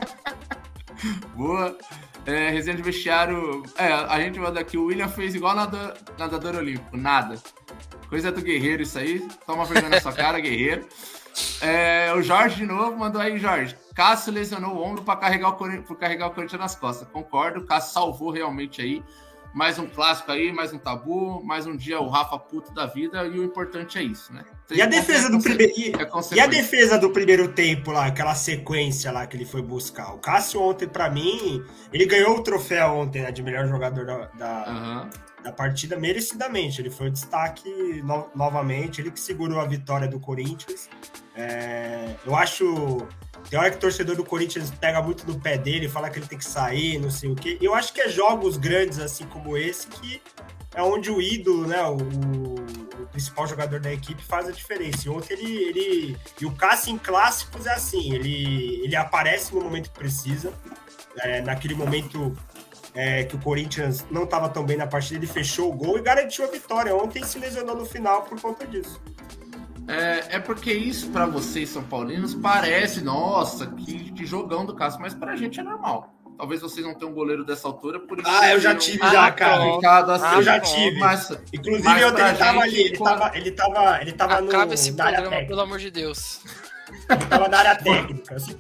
Boa. É, resenha de vestiário. É, a gente manda aqui. O William fez igual nadador, nadador olímpico. Nada. Coisa do Guerreiro isso aí. Toma vergonha na sua cara, Guerreiro. É, o Jorge de novo mandou aí, Jorge. Cássio lesionou o ombro para carregar, carregar o Corinthians nas costas. Concordo. O Cássio salvou realmente aí. Mais um clássico aí, mais um tabu, mais um dia o Rafa puto da vida, e o importante é isso, né? E a defesa do primeiro e, é e a defesa do primeiro tempo lá, aquela sequência lá que ele foi buscar. O Cássio ontem, pra mim, ele ganhou o troféu ontem, né, de melhor jogador da, da, uhum. da partida merecidamente. Ele foi o destaque no, novamente, ele que segurou a vitória do Corinthians. É, eu acho... Tem hora que o torcedor do Corinthians pega muito no pé dele, fala que ele tem que sair, não sei o quê. Eu acho que é jogos grandes assim como esse que é onde o ídolo, né, o, o principal jogador da equipe faz a diferença. E ontem ele, ele... E o Cássio em clássicos é assim, ele, ele aparece no momento que precisa. É, naquele momento é, que o Corinthians não estava tão bem na partida, ele fechou o gol e garantiu a vitória. Ontem se lesionou no final por conta disso. É, é porque isso, para vocês, São Paulinos, parece, nossa, que, que jogão do Cássio, mas pra gente é normal. Talvez vocês não tenham um goleiro dessa altura, por isso... Ah, eu já tive ah, já, cara. Assim, ah, eu já tive. Mas, Inclusive, mas eu, ele tava ali, ele tava, ele tava, ele tava no... Acaba esse programa, pelo amor de Deus. Ele tava na área técnica, assim.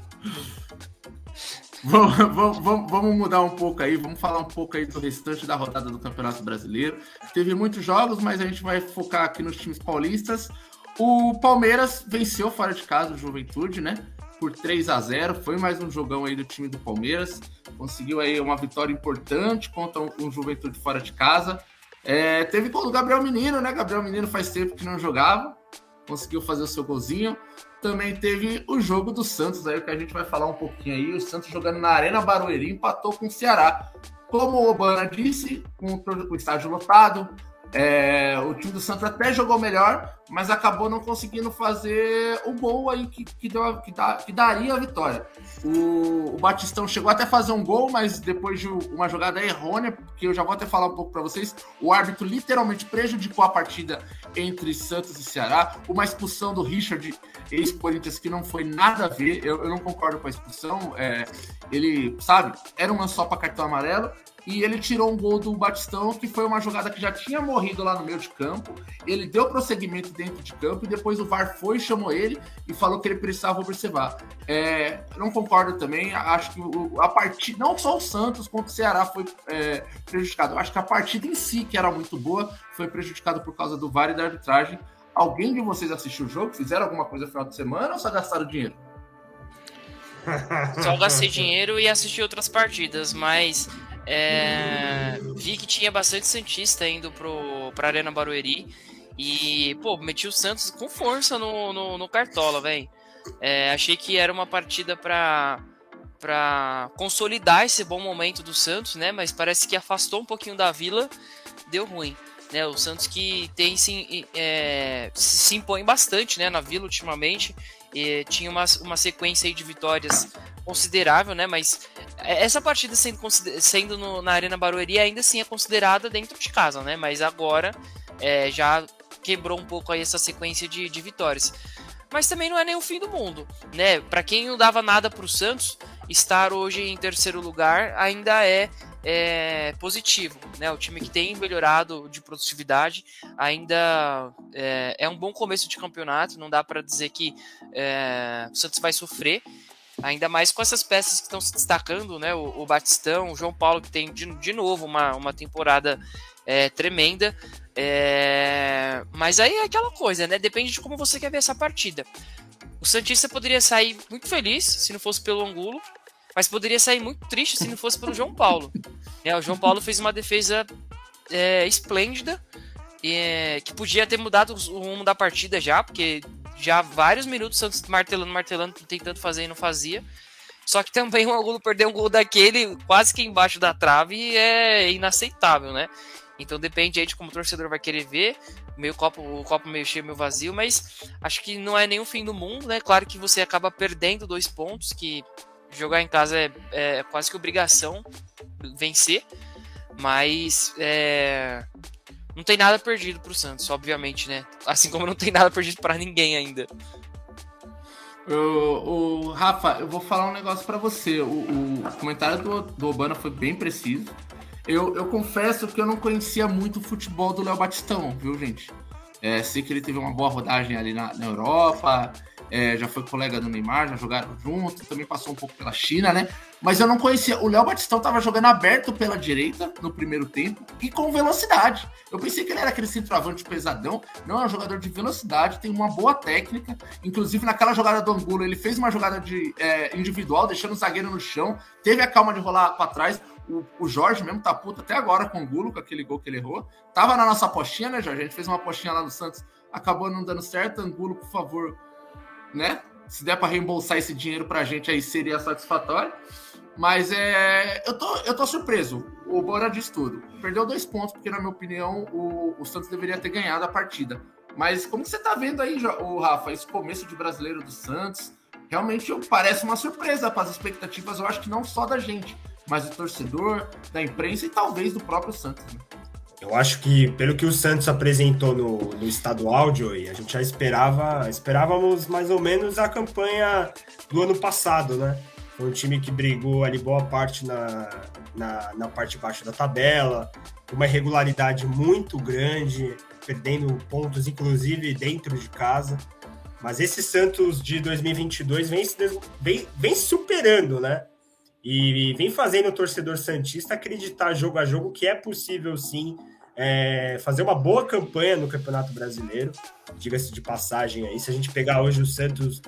Vamos, vamos, vamos mudar um pouco aí, vamos falar um pouco aí do restante da rodada do Campeonato Brasileiro. Teve muitos jogos, mas a gente vai focar aqui nos times paulistas. O Palmeiras venceu fora de casa o Juventude, né? Por três a zero. Foi mais um jogão aí do time do Palmeiras. Conseguiu aí uma vitória importante contra um, um Juventude fora de casa. É, teve gol do Gabriel Menino, né? Gabriel Menino faz tempo que não jogava. Conseguiu fazer o seu golzinho. Também teve o jogo do Santos, aí que a gente vai falar um pouquinho aí. O Santos jogando na Arena Barueri, empatou com o Ceará. Como o Obana disse, com o estádio lotado, é, o time do Santos até jogou melhor, mas acabou não conseguindo fazer o gol aí que, que, deu, que, dá, que daria a vitória. O, o Batistão chegou até a fazer um gol, mas depois de uma jogada errônea, que eu já vou até falar um pouco para vocês, o árbitro literalmente prejudicou a partida entre Santos e Ceará. Uma expulsão do Richard, ex-Corinthians, que não foi nada a ver. Eu, eu não concordo com a expulsão. É, ele, sabe, era um lance só para cartão amarelo. E ele tirou um gol do Batistão, que foi uma jogada que já tinha morrido lá no meio de campo. Ele deu prosseguimento dentro de campo e depois o V A R foi, chamou ele e falou que ele precisava observar. É, não concordo também. Acho que o, a partida, não só o Santos contra o Ceará foi é, prejudicado. Eu acho que a partida em si, que era muito boa, foi prejudicada por causa do V A R e da arbitragem. Alguém de vocês assistiu o jogo? Fizeram alguma coisa no final de semana ou só gastaram dinheiro? Só gastei dinheiro e assisti outras partidas, mas... É, vi que tinha bastante santista indo pro, pra Arena Barueri e, pô, meti o Santos com força no, no, no Cartola, velho. É, achei que era uma partida pra, pra consolidar esse bom momento do Santos, né? Mas parece que afastou um pouquinho da Vila, deu ruim. Né? O Santos que tem se, é, se impõe bastante, né, na Vila ultimamente. E tinha uma, uma sequência aí de vitórias considerável, né? Mas essa partida sendo, sendo no, na Arena Barueri ainda assim é considerada dentro de casa, né? Mas agora é, já quebrou um pouco aí essa sequência de, de vitórias. Mas também não é nem o fim do mundo, né? Para quem não dava nada para o Santos, estar hoje em terceiro lugar ainda é, é positivo, né? O time que tem melhorado de produtividade ainda é, é um bom começo de campeonato. Não dá para dizer que é, o Santos vai sofrer. Ainda mais com essas peças que estão se destacando, né? O, o Batistão, o João Paulo, que tem de, de novo uma, uma temporada é, tremenda. É... Mas aí é aquela coisa, né? Depende de como você quer ver essa partida. O Santista poderia sair muito feliz se não fosse pelo Angulo, mas poderia sair muito triste se não fosse pelo João Paulo. É, o João Paulo fez uma defesa é, esplêndida, é, que podia ter mudado o rumo da partida já, porque já há vários minutos o Santos martelando, martelando, tentando fazer e não fazia. Só que também o Angulo perdeu um gol daquele quase que embaixo da trave e é inaceitável, né? Então depende aí de como o torcedor vai querer ver, meio copo, o copo meio cheio, meio vazio, mas acho que não é nem o fim do mundo, né? Claro que você acaba perdendo dois pontos, que jogar em casa é, é quase que obrigação vencer, mas é, não tem nada perdido pro Santos, obviamente, né? Assim como não tem nada perdido para ninguém ainda. O, o Rafa, eu vou falar um negócio para você. O, o comentário do, do Obana foi bem preciso. Eu, eu confesso que eu não conhecia muito o futebol do Léo Batistão, viu, gente? É, sei que ele teve uma boa rodagem ali na, na Europa, é, já foi colega do Neymar, já jogaram junto, também passou um pouco pela China, né? Mas eu não conhecia. O Léo Batistão tava jogando aberto pela direita no primeiro tempo e com velocidade. Eu pensei que ele era aquele centroavante pesadão. Não, é um jogador de velocidade, tem uma boa técnica. Inclusive, naquela jogada do Angulo, ele fez uma jogada de, é, individual, deixando o zagueiro no chão, teve a calma de rolar para trás. O, o Jorge mesmo tá puto até agora com o Angulo, com aquele gol que ele errou. Tava na nossa apostinha, né, Jorge? A gente fez uma apostinha lá no Santos, acabou não dando certo. Angulo, por favor, né? Se der para reembolsar esse dinheiro pra gente aí, seria satisfatório. Mas é, eu, tô, eu tô surpreso. O Bora diz tudo. Perdeu dois pontos, porque, na minha opinião, o, o Santos deveria ter ganhado a partida. Mas como que você tá vendo aí, o Rafa, esse começo de brasileiro do Santos? Realmente parece uma surpresa para as expectativas, eu acho que não só da gente, mas do torcedor, da imprensa e talvez do próprio Santos. Né? Eu acho que, pelo que o Santos apresentou no, no estadual, Joey, a gente já esperava, esperávamos mais ou menos a campanha do ano passado, né? Foi um time que brigou ali boa parte na, na, na parte de baixo da tabela, com uma irregularidade muito grande, perdendo pontos, inclusive, dentro de casa. Mas esse Santos de dois mil e vinte e dois vem, vem, vem superando, né? E vem fazendo o torcedor santista acreditar jogo a jogo que é possível, sim, é, fazer uma boa campanha no Campeonato Brasileiro. Diga-se de passagem aí, se a gente pegar hoje o Santos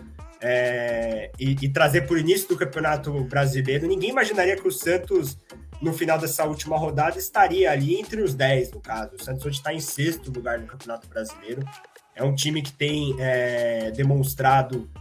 é, e, e trazer por início do Campeonato Brasileiro, ninguém imaginaria que o Santos, no final dessa última rodada, estaria ali entre os dez, no caso. O Santos hoje está em sexto lugar no Campeonato Brasileiro. É um time que tem é, demonstrado,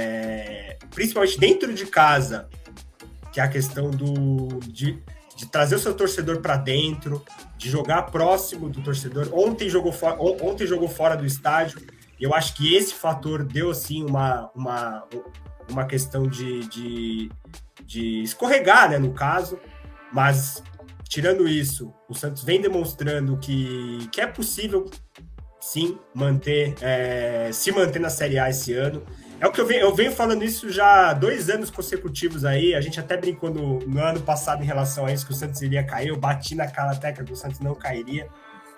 é, principalmente dentro de casa, que é a questão do, de, de trazer o seu torcedor para dentro, de jogar próximo do torcedor. Ontem jogou, for, ontem jogou fora do estádio, e eu acho que esse fator deu, assim, uma, uma, uma questão de, de, de escorregar, né, no caso. Mas, tirando isso, o Santos vem demonstrando que, que é possível, sim, manter, é, se manter na Série A esse ano. É o que eu venho, eu venho falando isso já há dois anos consecutivos aí. A gente até brincou no, no ano passado em relação a isso, que o Santos iria cair. Eu bati naquela tecla que o Santos não cairia.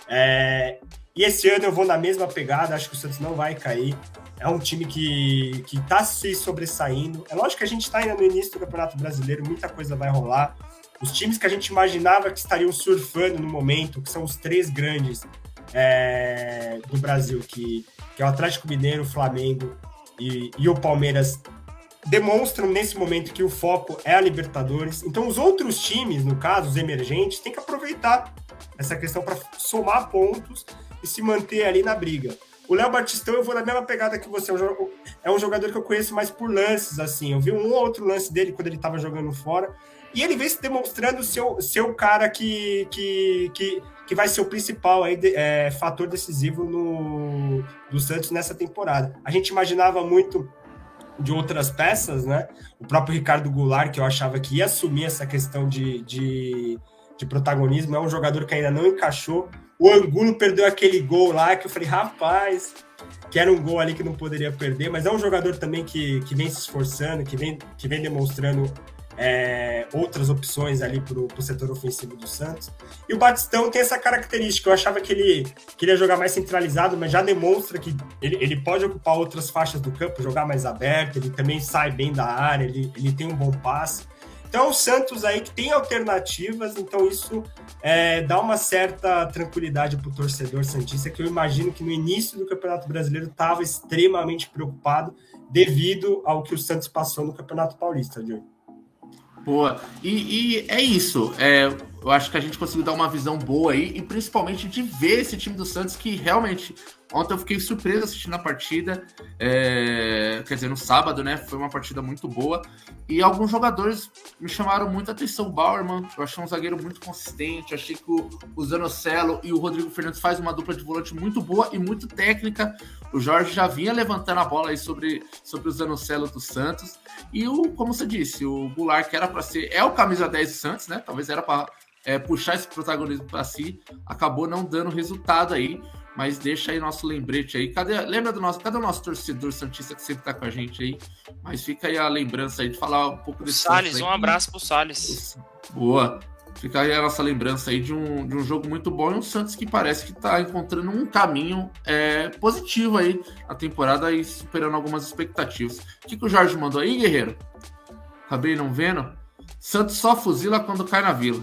É, e esse ano eu vou na mesma pegada, acho que o Santos não vai cair. É um time que que está se sobressaindo. É lógico que a gente está ainda no início do Campeonato Brasileiro, muita coisa vai rolar. Os times que a gente imaginava que estariam surfando no momento, que são os três grandes é, do Brasil, que, que é o Atlético Mineiro, o Flamengo e, e o Palmeiras, demonstram nesse momento que o foco é a Libertadores. Então os outros times, no caso, os emergentes, têm que aproveitar essa questão para somar pontos e se manter ali na briga. O Léo Batistão, eu vou na mesma pegada que você, é um jogador que eu conheço mais por lances, assim, eu vi um ou outro lance dele quando ele estava jogando fora, e ele vem se demonstrando ser o, ser o cara que, que, que, que vai ser o principal aí, é, fator decisivo no, do Santos nessa temporada. A gente imaginava muito de outras peças, né? O próprio Ricardo Goulart, que eu achava que ia assumir essa questão de, de, de protagonismo, é um jogador que ainda não encaixou. O Angulo perdeu aquele gol lá, que eu falei, rapaz, que era um gol ali que não poderia perder, mas é um jogador também que, que vem se esforçando, que vem, que vem demonstrando é, outras opções ali para o setor ofensivo do Santos. E o Batistão tem essa característica. Eu achava que ele, que ele ia jogar mais centralizado, mas já demonstra que ele, ele pode ocupar outras faixas do campo, jogar mais aberto, ele também sai bem da área, ele, ele tem um bom passe. Então, o Santos aí que tem alternativas, então isso é, dá uma certa tranquilidade para o torcedor santista, que eu imagino que no início do Campeonato Brasileiro estava extremamente preocupado devido ao que o Santos passou no Campeonato Paulista, Diogo. Boa. E, e é isso. É, eu acho que a gente conseguiu dar uma visão boa aí, e principalmente de ver esse time do Santos, que realmente... Ontem eu fiquei surpreso assistindo a partida, é, quer dizer, no sábado, né? Foi uma partida muito boa. E alguns jogadores me chamaram muita atenção. O Bauerman, eu achei um zagueiro muito consistente. Achei que o, o Zanocelo e o Rodrigo Fernandes fazem uma dupla de volante muito boa e muito técnica. O Jorge já vinha levantando a bola aí sobre, sobre o Zanocelo do Santos. E o, como você disse, o Goulart, que era para ser, é o camisa dez do Santos, né? Talvez era para é, puxar esse protagonismo para si, acabou não dando resultado aí. Mas deixa aí nosso lembrete aí. Cadê, lembra do nosso, cadê o nosso torcedor santista que sempre tá com a gente aí? Mas fica aí a lembrança aí de falar um pouco desse Salles, um abraço pro Salles. Boa. Fica aí a nossa lembrança aí de um, de um jogo muito bom e um Santos que parece que tá encontrando um caminho é, positivo aí na temporada e superando algumas expectativas. O que, que o Jorge mandou aí, guerreiro? Acabei não vendo. Santos só fuzila quando cai na Vila.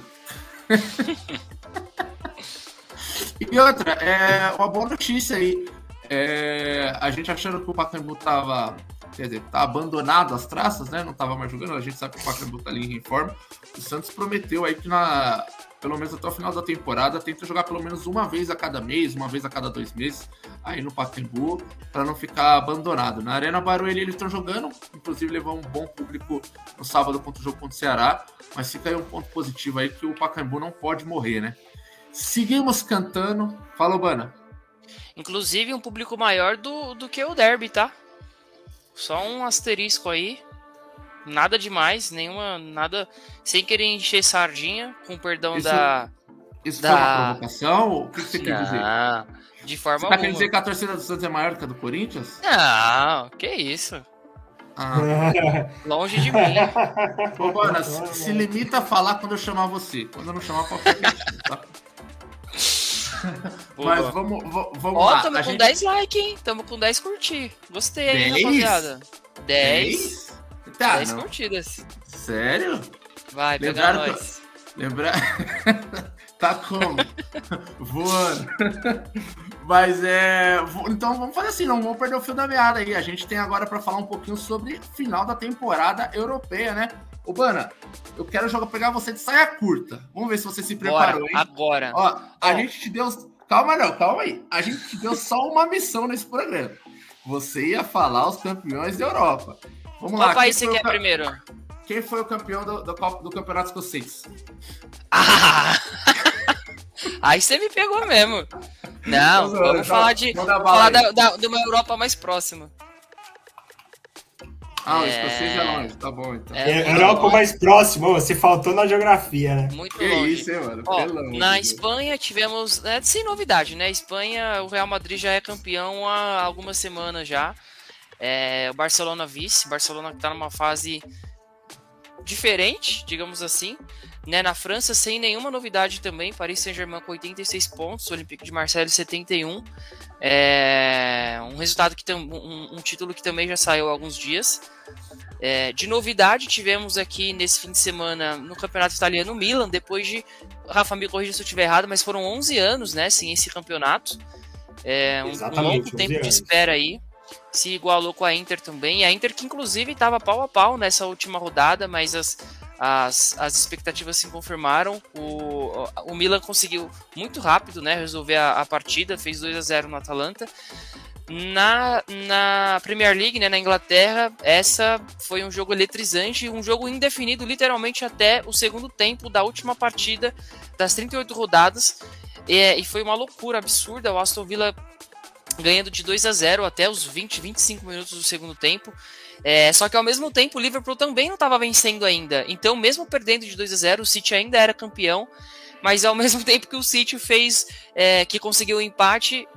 E outra, é uma boa notícia aí. É, a gente achando que o Pacaembu tava, quer dizer, tá abandonado as traças, né? Não tava mais jogando, a gente sabe que o Pacaembu tá ali em reforma. O Santos prometeu aí que na, pelo menos até o final da temporada, tenta jogar pelo menos uma vez a cada mês, uma vez a cada dois meses, aí no Pacaembu, para não ficar abandonado. Na Arena Barueri eles estão jogando, inclusive levou um bom público no sábado contra o jogo contra o Ceará, mas fica aí um ponto positivo aí que o Pacaembu não pode morrer, né? Seguimos cantando. Fala, Bana. Inclusive um público maior do, do que o Derby, tá? Só um asterisco aí. Nada demais, nenhuma. Nada. Sem querer encher sardinha, com perdão isso, da. Isso da... foi uma provocação? O que você quer dizer? De forma você alguma. Tá querendo dizer que a torcida do Santos é maior que a do Corinthians? Não, que isso. Ah. Longe de mim. Ô, Bana, se, se limita a falar quando eu chamar você. Quando eu não chamar, pode ficar quietinho, tá? Mas vamos, vamos Ó, lá. tamo a com gente... dez likes, hein? Tamo com dez curtir. Gostei aí, dez? rapaziada. dez? Tá, dez não. curtidas. Sério? Vai, pega Lembraram nós. Que... Lembrar... tá como? Voando. Mas é... Então vamos fazer assim, não vamos perder o fio da meada aí. A gente tem agora para falar um pouquinho sobre final da temporada europeia, né? Ô, Bana, eu quero jogar, pegar você de saia curta. Vamos ver se você se preparou, Bora, hein? agora. Ó, a Ó. gente te deu... Calma não, calma aí. A gente te deu só uma missão nesse programa. Você ia falar os campeões da Europa. Vamos Qual lá. país quem você foi quer o... primeiro? Quem foi o campeão do, do, do campeonato escocês? Ah! Aí você me pegou mesmo. Não, Vamos, vamos falar de, falar da, da, de uma Europa mais próxima. Ah, o É. escocês é longe, tá bom então. É, É, Europa longe. mais próximo, você faltou na geografia, né? Muito Que longe. isso, hein, mano? Ó, Pelo amor na de Deus. Espanha tivemos, é, sem novidade, né? Espanha, o Real Madrid já é campeão há algumas semanas já. É, o Barcelona vice, o Barcelona que tá numa fase diferente, digamos assim. Né? Na França, sem nenhuma novidade também, Paris Saint-Germain com oitenta e seis pontos, Olympique de Marseille setenta e um. É, um resultado que tam, um, um título que também já saiu há alguns dias. É, de novidade, tivemos aqui nesse fim de semana no Campeonato Italiano o Milan, depois de, Rafa, me corrija se eu estiver errado, mas foram onze anos, né, sem esse campeonato. É, um, um longo tempo de espera aí. Se igualou com a Inter também. A Inter que inclusive estava pau a pau nessa última rodada, mas as, as, as expectativas se confirmaram. O, o Milan conseguiu muito rápido, né, resolver a, a partida, fez dois a zero no Atalanta. Na, na Premier League, né, na Inglaterra, essa foi um jogo eletrizante, um jogo indefinido literalmente até o segundo tempo da última partida das trinta e oito rodadas, e, e foi uma loucura absurda. O Aston Villa ganhando de dois a zero até os vinte, vinte e cinco minutos do segundo tempo. É, só que ao mesmo tempo o Liverpool também não estava vencendo ainda, então mesmo perdendo de dois a zero, o City ainda era campeão. Mas ao mesmo tempo que o City fez, é, que conseguiu o empate,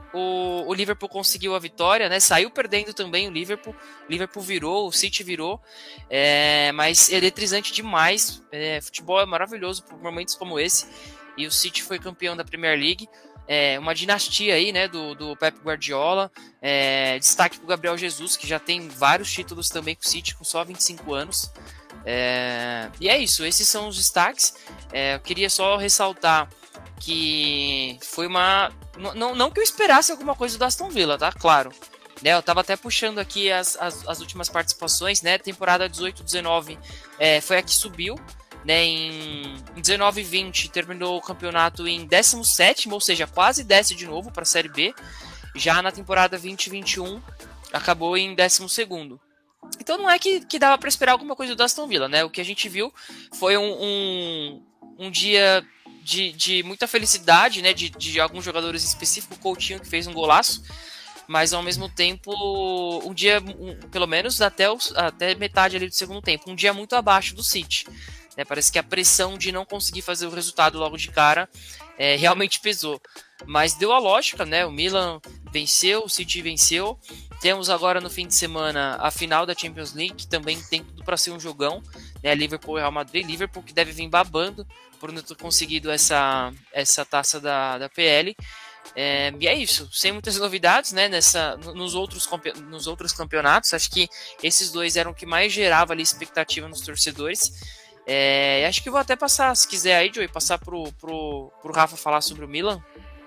o, o Liverpool conseguiu a vitória, né? Saiu perdendo também o Liverpool. O Liverpool virou, o City virou. É, mas é eletrizante demais. É, futebol é maravilhoso por momentos como esse. E o City foi campeão da Premier League. É, uma dinastia aí, né? Do, do Pep Guardiola. É, destaque para o Gabriel Jesus, que já tem vários títulos também com o City, com só vinte e cinco anos. É, e é isso, esses são os destaques. É, eu queria só ressaltar que foi uma... Não, não que eu esperasse alguma coisa do Aston Villa, tá? Claro. Né, eu tava até puxando aqui as, as, as últimas participações, né? Temporada dezoito dezenove é, foi a que subiu. Né, em dezenove vinte terminou o campeonato em décimo sétimo, ou seja, quase desce de novo para a Série B. Já na temporada vinte vinte e um acabou em décimo segundo. Então não é que, que dava para esperar alguma coisa do Aston Villa, né? O que a gente viu foi um, um, um dia de, de muita felicidade, né? De, de alguns jogadores específicos, o Coutinho que fez um golaço, mas ao mesmo tempo um dia, um, pelo menos até, os, até metade ali do segundo tempo, um dia muito abaixo do City. Né? Parece que a pressão de não conseguir fazer o resultado logo de cara é, realmente pesou. Mas deu a lógica, né? O Milan venceu, o City venceu. Temos agora no fim de semana a final da Champions League, que também tem tudo para ser um jogão, né? Liverpool e Real Madrid. Liverpool que deve vir babando por não ter conseguido essa, essa taça da, da P L. É, e é isso, sem muitas novidades, né? Nessa, nos, outros, nos outros campeonatos. Acho que esses dois eram o que mais gerava ali expectativa nos torcedores. É, acho que vou até passar, se quiser aí, Joey, passar pro, pro, pro Rafa falar sobre o Milan.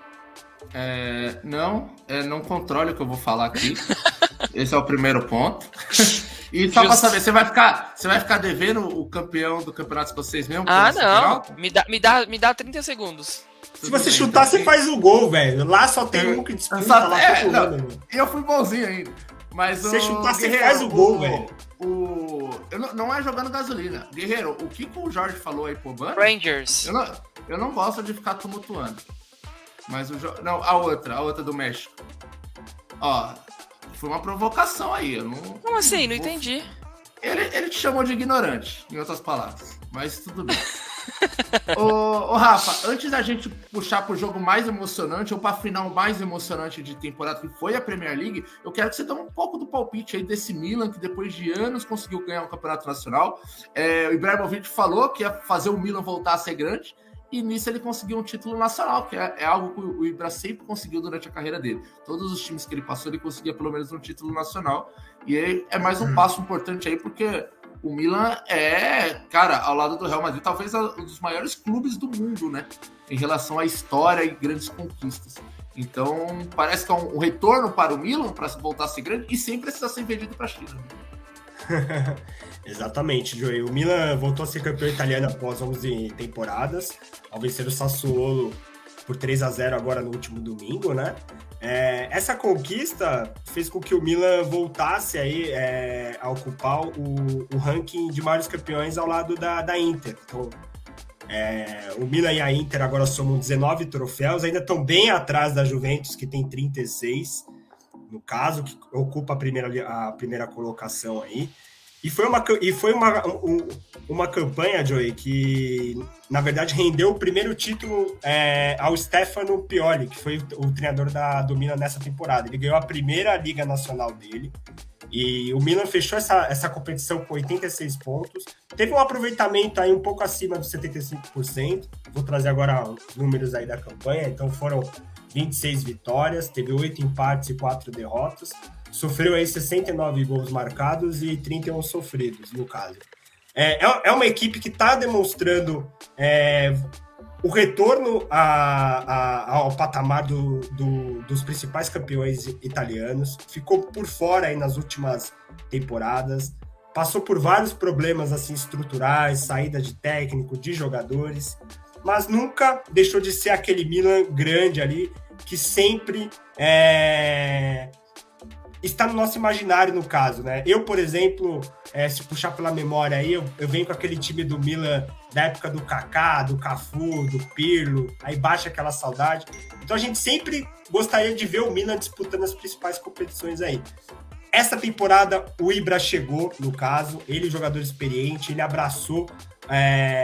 É, não, é, não controle o que eu vou falar aqui. Esse é o primeiro ponto. E só para saber, você vai ficar, você vai ficar devendo o campeão do campeonato escocês mesmo? Ah, não. Me dá, me, dá, me dá trinta segundos. Se você chutar, você faz o gol, velho. Lá só tem um que disputa. Só, lá é, não, eu fui bonzinho ainda. Mas se você o chutar, você Guerreiro, faz o gol, o, velho. O, eu não, não é jogando gasolina. Guerreiro, o que o Jorge falou aí pro Bando? Rangers. Eu não, eu não gosto de ficar tumultuando. Mas o jo... Não, a outra, a outra do México. Ó, foi uma provocação aí. Eu não, Como assim? Não entendi. Ele, ele te chamou de ignorante, em outras palavras. Mas tudo bem. ô, ô, Rafa, antes da gente puxar pro jogo mais emocionante, ou pra final mais emocionante de temporada, que foi a Premier League, eu quero que você dê um pouco do palpite aí desse Milan, que depois de anos conseguiu ganhar um campeonato nacional. É, o Ibrahimovic falou que ia fazer o Milan voltar a ser grande, e nisso ele conseguiu um título nacional, que é, é algo que o Ibra sempre conseguiu durante a carreira dele. Todos os times que ele passou, ele conseguia pelo menos um título nacional. E aí é mais um hum. passo importante aí, porque o Milan é, cara, ao lado do Real Madrid, talvez um dos maiores clubes do mundo, né? Em relação à história e grandes conquistas. Então, parece que é um, um retorno para o Milan, para voltar a ser grande, e sem precisar ser vendido para a China. Exatamente, Joey. O Milan voltou a ser campeão italiano após onze temporadas, ao vencer o Sassuolo por três a zero agora no último domingo, né? É, essa conquista fez com que o Milan voltasse aí, é, a ocupar o, o ranking de maiores campeões ao lado da, da Inter. Então, é, o Milan e a Inter agora somam dezenove troféus, ainda estão bem atrás da Juventus, que tem trinta e seis, no caso, que ocupa a primeira, a primeira colocação aí. E foi uma, e foi uma, um, uma campanha, Joey, que, na verdade, rendeu o primeiro título é, ao Stefano Pioli, que foi o, o treinador da, do Milan nessa temporada. Ele ganhou a primeira Liga Nacional dele. E o Milan fechou essa, essa competição com oitenta e seis pontos. Teve um aproveitamento aí um pouco acima dos setenta e cinco por cento. Vou trazer agora os números aí da campanha. Então foram vinte e seis vitórias, teve oito empates e quatro derrotas. Sofreu aí sessenta e nove gols marcados e trinta e um sofridos, no caso. É, é uma equipe que está demonstrando é, o retorno a, a, ao patamar do, do, dos principais campeões italianos. Ficou por fora aí nas últimas temporadas. Passou por vários problemas assim, estruturais, saída de técnico, de jogadores. Mas nunca deixou de ser aquele Milan grande ali, que sempre... É, está no nosso imaginário, no caso, né? Eu, por exemplo, é, se puxar pela memória aí, eu, eu venho com aquele time do Milan da época do Kaká, do Cafu, do Pirlo, aí baixa aquela saudade. Então a gente sempre gostaria de ver o Milan disputando as principais competições aí. Essa temporada o Ibra chegou, no caso, ele jogador experiente, ele abraçou é,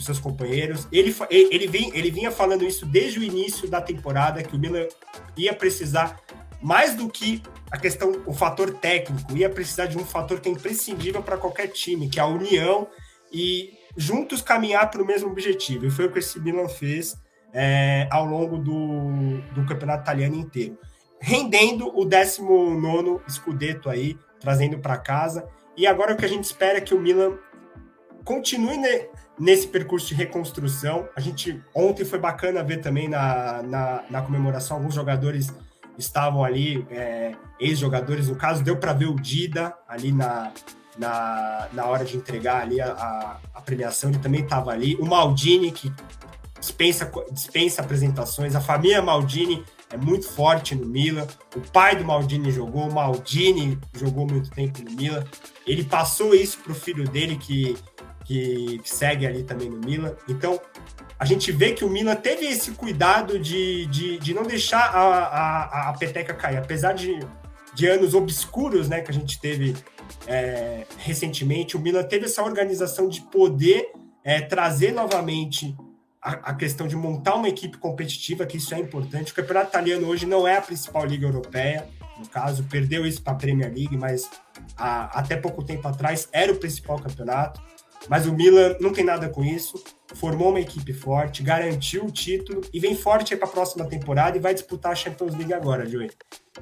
os seus companheiros. Ele, ele, vem, ele vinha falando isso desde o início da temporada, que o Milan ia precisar, mais do que a questão, o fator técnico, ia precisar de um fator que é imprescindível para qualquer time, que é a união e juntos caminhar para o mesmo objetivo. E foi o que esse Milan fez é, ao longo do, do campeonato italiano inteiro, rendendo o décimo nono Scudetto aí, trazendo para casa. E agora o que a gente espera é que o Milan continue ne, nesse percurso de reconstrução. A gente, ontem foi bacana ver também na, na, na comemoração, alguns jogadores estavam ali, é, ex-jogadores, no caso, deu para ver o Dida ali na, na, na hora de entregar ali a, a, a premiação, ele também estava ali. O Maldini, que dispensa, dispensa apresentações, a família Maldini é muito forte no Milan, o pai do Maldini jogou, o Maldini jogou muito tempo no Milan, ele passou isso para o filho dele, que, que segue ali também no Milan. Então, a gente vê que o Milan teve esse cuidado de, de, de não deixar a, a, a peteca cair, apesar de, de anos obscuros, né, que a gente teve é, recentemente, o Milan teve essa organização de poder é, trazer novamente a questão de montar uma equipe competitiva, que isso é importante. O campeonato italiano hoje não é a principal liga europeia, no caso, perdeu isso para a Premier League, mas a, até pouco tempo atrás era o principal campeonato. Mas o Milan não tem nada com isso, formou uma equipe forte, garantiu o título e vem forte para a próxima temporada e vai disputar a Champions League agora, Joey.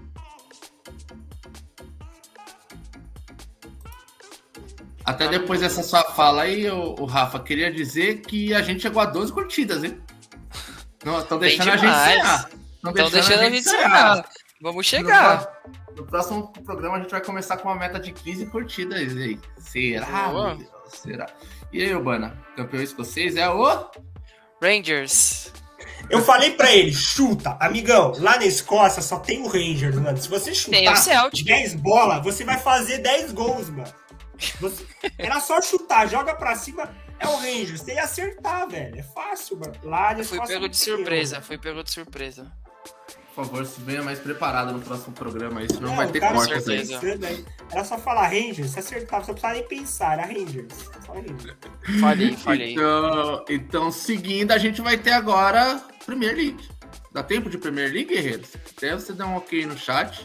Até depois dessa sua fala aí, o, o Rafa, queria dizer que a gente chegou a doze curtidas, hein? Estão deixando a gente sonhar. Estão deixando a gente sonhar. Vamos chegar. No, no próximo programa a gente vai começar com uma meta de quinze curtidas aí. Será? Meu Deus, será? E aí, Urbana? Campeão escocês é o Rangers. Eu falei pra ele, chuta, amigão, lá na Escócia só tem o Rangers, mano. Se você chutar dez bolas, você vai fazer dez gols, mano. Você, era só chutar, joga pra cima, é o Rangers. Tem que acertar, velho. É fácil, mano. Lá eu fui pego de surpresa, eu. fui pego de surpresa. Por favor, se venha mais preparado no próximo programa aí, senão é, vai ter cortes aí. aí. Era só falar Rangers, se acertar, você não precisava nem pensar, era Rangers. Só Rangers. Falei, falei. Então, então, seguindo, a gente vai ter agora Premier League. Dá tempo de Premier League, guerreiros? Até você dar um ok no chat.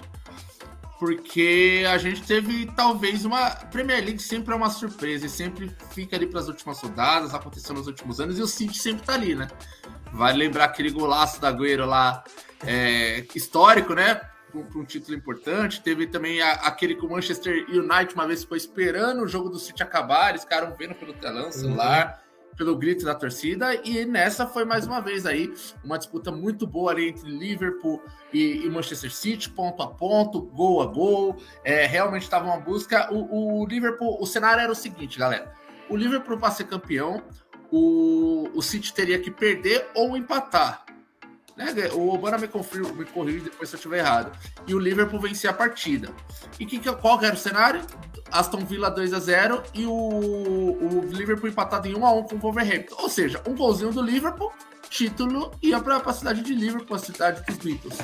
Porque a gente teve, talvez, uma... Premier League sempre é uma surpresa e sempre fica ali para as últimas rodadas, aconteceu nos últimos anos, e o City sempre tá ali, né? Vale lembrar aquele golaço da Agüero lá, é, histórico, né? Para um título importante. Teve também a, aquele que o Manchester United uma vez ficou esperando o jogo do City acabar, eles ficaram vendo pelo telão, celular... Uhum. Pelo grito da torcida, e nessa foi mais uma vez aí uma disputa muito boa ali entre Liverpool e, e Manchester City, ponto a ponto, gol a gol, é, realmente estava uma busca. O, o Liverpool, o cenário era o seguinte, galera, o Liverpool para ser campeão, o, o City teria que perder ou empatar, né? O Obama me, confirma, me corrige depois se eu estiver errado, e o Liverpool vencia a partida. E que, qual que era o cenário? Aston Villa dois a zero e o, o Liverpool empatado em um a um com o Wolverhampton. Ou seja, um golzinho do Liverpool, título, ia para a cidade de Liverpool, a cidade dos Beatles.